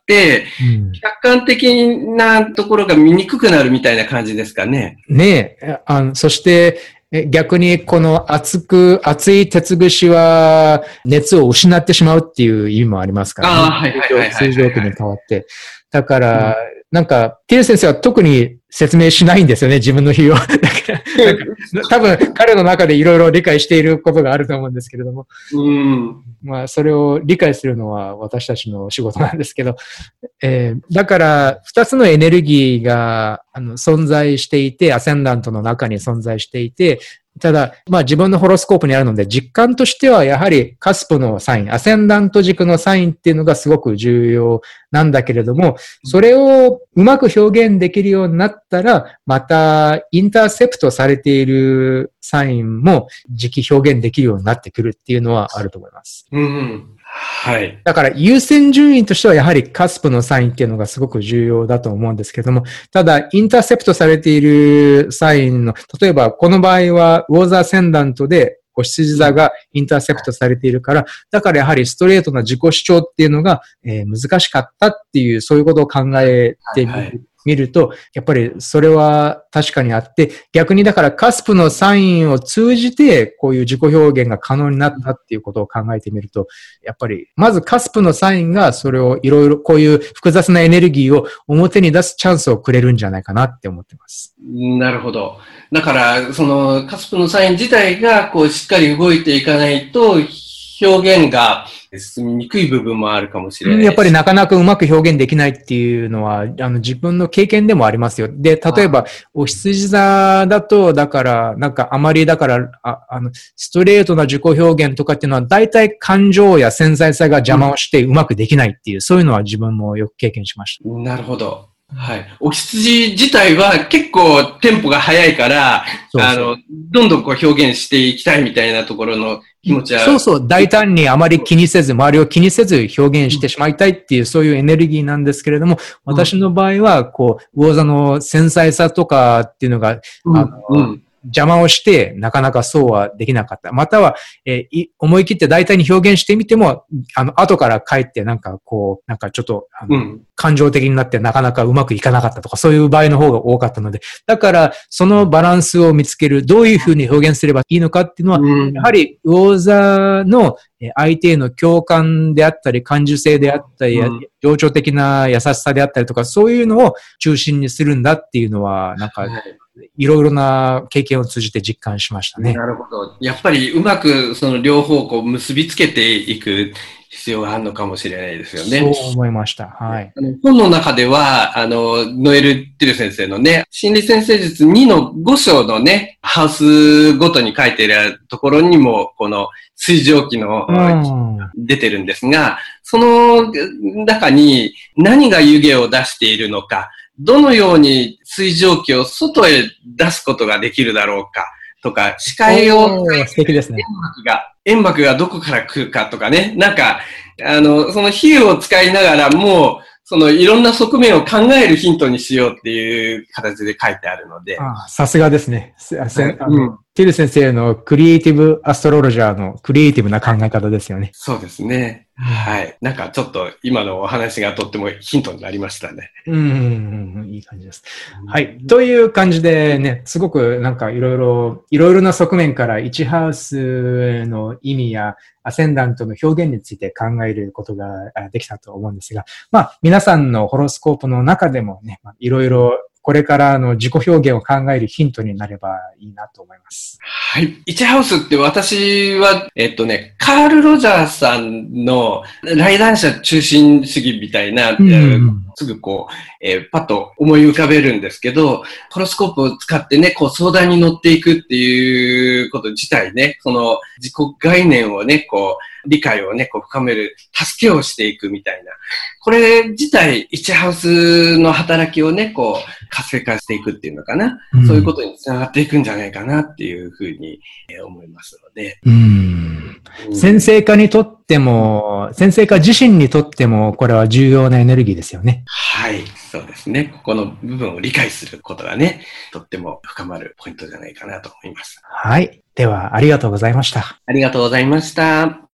うん、客観的なところが見にくくなるみたいな感じですかね。 ねえ、あの、そして、逆にこの熱く、熱い鉄串は熱を失ってしまうっていう意味もありますからね。 ああ、はいはいはいはい、はい。 水蒸気に変わって。だから、うん、なんか、ティル先生は特に説明しないんですよね、自分の比喩を。だからなんか多分彼の中でいろいろ理解していることがあると思うんですけれども。 うん、 まあ、それを理解するのは私たちの仕事なんですけど。えー、だから、二つのエネルギーがあの存在していて、アセンダントの中に存在していて、ただ、まあ自分のホロスコープにあるので、実感としてはやはりカスプのサイン、アセンダント軸のサインっていうのがすごく重要なんだけれども、それをうまく表現できるようになったら、またインターセプトされているサインも時期表現できるようになってくるっていうのはあると思います。 うんうん、 はい。 だから優先順位としてはやはりカスプのサインっていうのがすごく重要だと思うんですけども、ただインターセプトされているサインの、例えばこの場合はウォーザーセンダントでお羊座がインターセプトされているから、だからやはりストレートな自己主張っていうのが、えー、難しかったっていう、そういうことを考えてみる。はいはい、見ると、やっぱりそれは確かにあって、逆にだからカスプのサインを通じて、こういう自己表現が可能になったっていうことを考えてみると、やっぱり、まずカスプのサインがそれをいろいろ、こういう複雑なエネルギーを表に出すチャンスをくれるんじゃないかなって思ってます。 なるほど。だから、そのカスプのサイン自体が、こう、しっかり動いていかないと、表現が進みにくい部分もあるかもしれない。 やっぱりなかなかうまく表現できないっていうのは、あの自分の経験でもありますよ。で、例えば、お羊座だと、だから、なんかあまりだから、ああの、ストレートな自己表現とかっていうのは、大体感情や繊細さが邪魔をしてうまくできないっていう、そういうのは自分もよく経験しました。 なるほど。はい。お羊自体は結構テンポが速いから、そうそうあの、どんどんこう表現していきたいみたいなところの気持ちは。 そうそう、大胆にあまり気にせず、周りを気にせず表現してしまいたいっていう、そういうエネルギーなんですけれども、私の場合は、こう、魚座の繊細さとかっていうのが、うんあのうん邪魔をして、なかなかそうはできなかった。または、えー、思い切って大胆に表現してみても、あの、後から帰ってなんかこう、なんかちょっと、あの、うん、感情的になってなかなかうまくいかなかったとか、そういう場合の方が多かったので、だから、そのバランスを見つける、どういうふうに表現すればいいのかっていうのは、うん、やはり、魚座の相手への共感であったり、感受性であったり、うん、情緒的な優しさであったりとか、そういうのを中心にするんだっていうのは、なんか、はいいろいろな経験を通じて実感しましたね。 なるほど。やっぱりうまくその両方をこう結びつけていく必要があるのかもしれないですよね。 そう思いました。はい。 あの本の中では、あの、ノエル・ティル先生のね、心理先生術にのご章のね、ハウスごとに書いているところにも、この水蒸気の、うん、出てるんですが、その中に何が湯気を出しているのか、どのように水蒸気を外へ出すことができるだろうかとか、視界を、 素敵ですね。 煙幕が、煙幕がどこから来るかとかね、なんか、あの、その比喩を使いながらも、そのいろんな側面を考えるヒントにしようっていう形で書いてあるので。 ああ、さすがですね。あの、うん、ティル先生のクリエイティブアストロロジャーのクリエイティブな考え方ですよね。 そうですね。はい。なんかちょっと今のお話がとってもヒントになりましたね。 うん、うん、いい感じです。はい。という感じでね、すごくなんかいろいろ、いろいろな側面からいちハウスの意味やアセンダントの表現について考えることができたと思うんですが、まあ皆さんのホロスコープの中でもね、いろいろこれからの自己表現を考えるヒントになればいいなと思います。 はい。いちハウスって私は、えっとね、カール・ロジャーさんの来談者中心主義みたいな、うんうん、すぐこう、えー、パッと思い浮かべるんですけど、ホロスコープを使ってね、こう相談に乗っていくっていうこと自体ね、その自己概念をね、こう、理解をね、こう深める、助けをしていくみたいな。これ自体、いちハウスの働きをね、こう、活性化していくっていうのかな。うん、そういうことにつながっていくんじゃないかなっていうふうに思いますので。 うんうん、先生家にとっても、先生家自身にとっても、これは重要なエネルギーですよね。 はい、そうですね。ここの部分を理解することがね、とっても深まるポイントじゃないかなと思います。 はい。では、ありがとうございました。 ありがとうございました。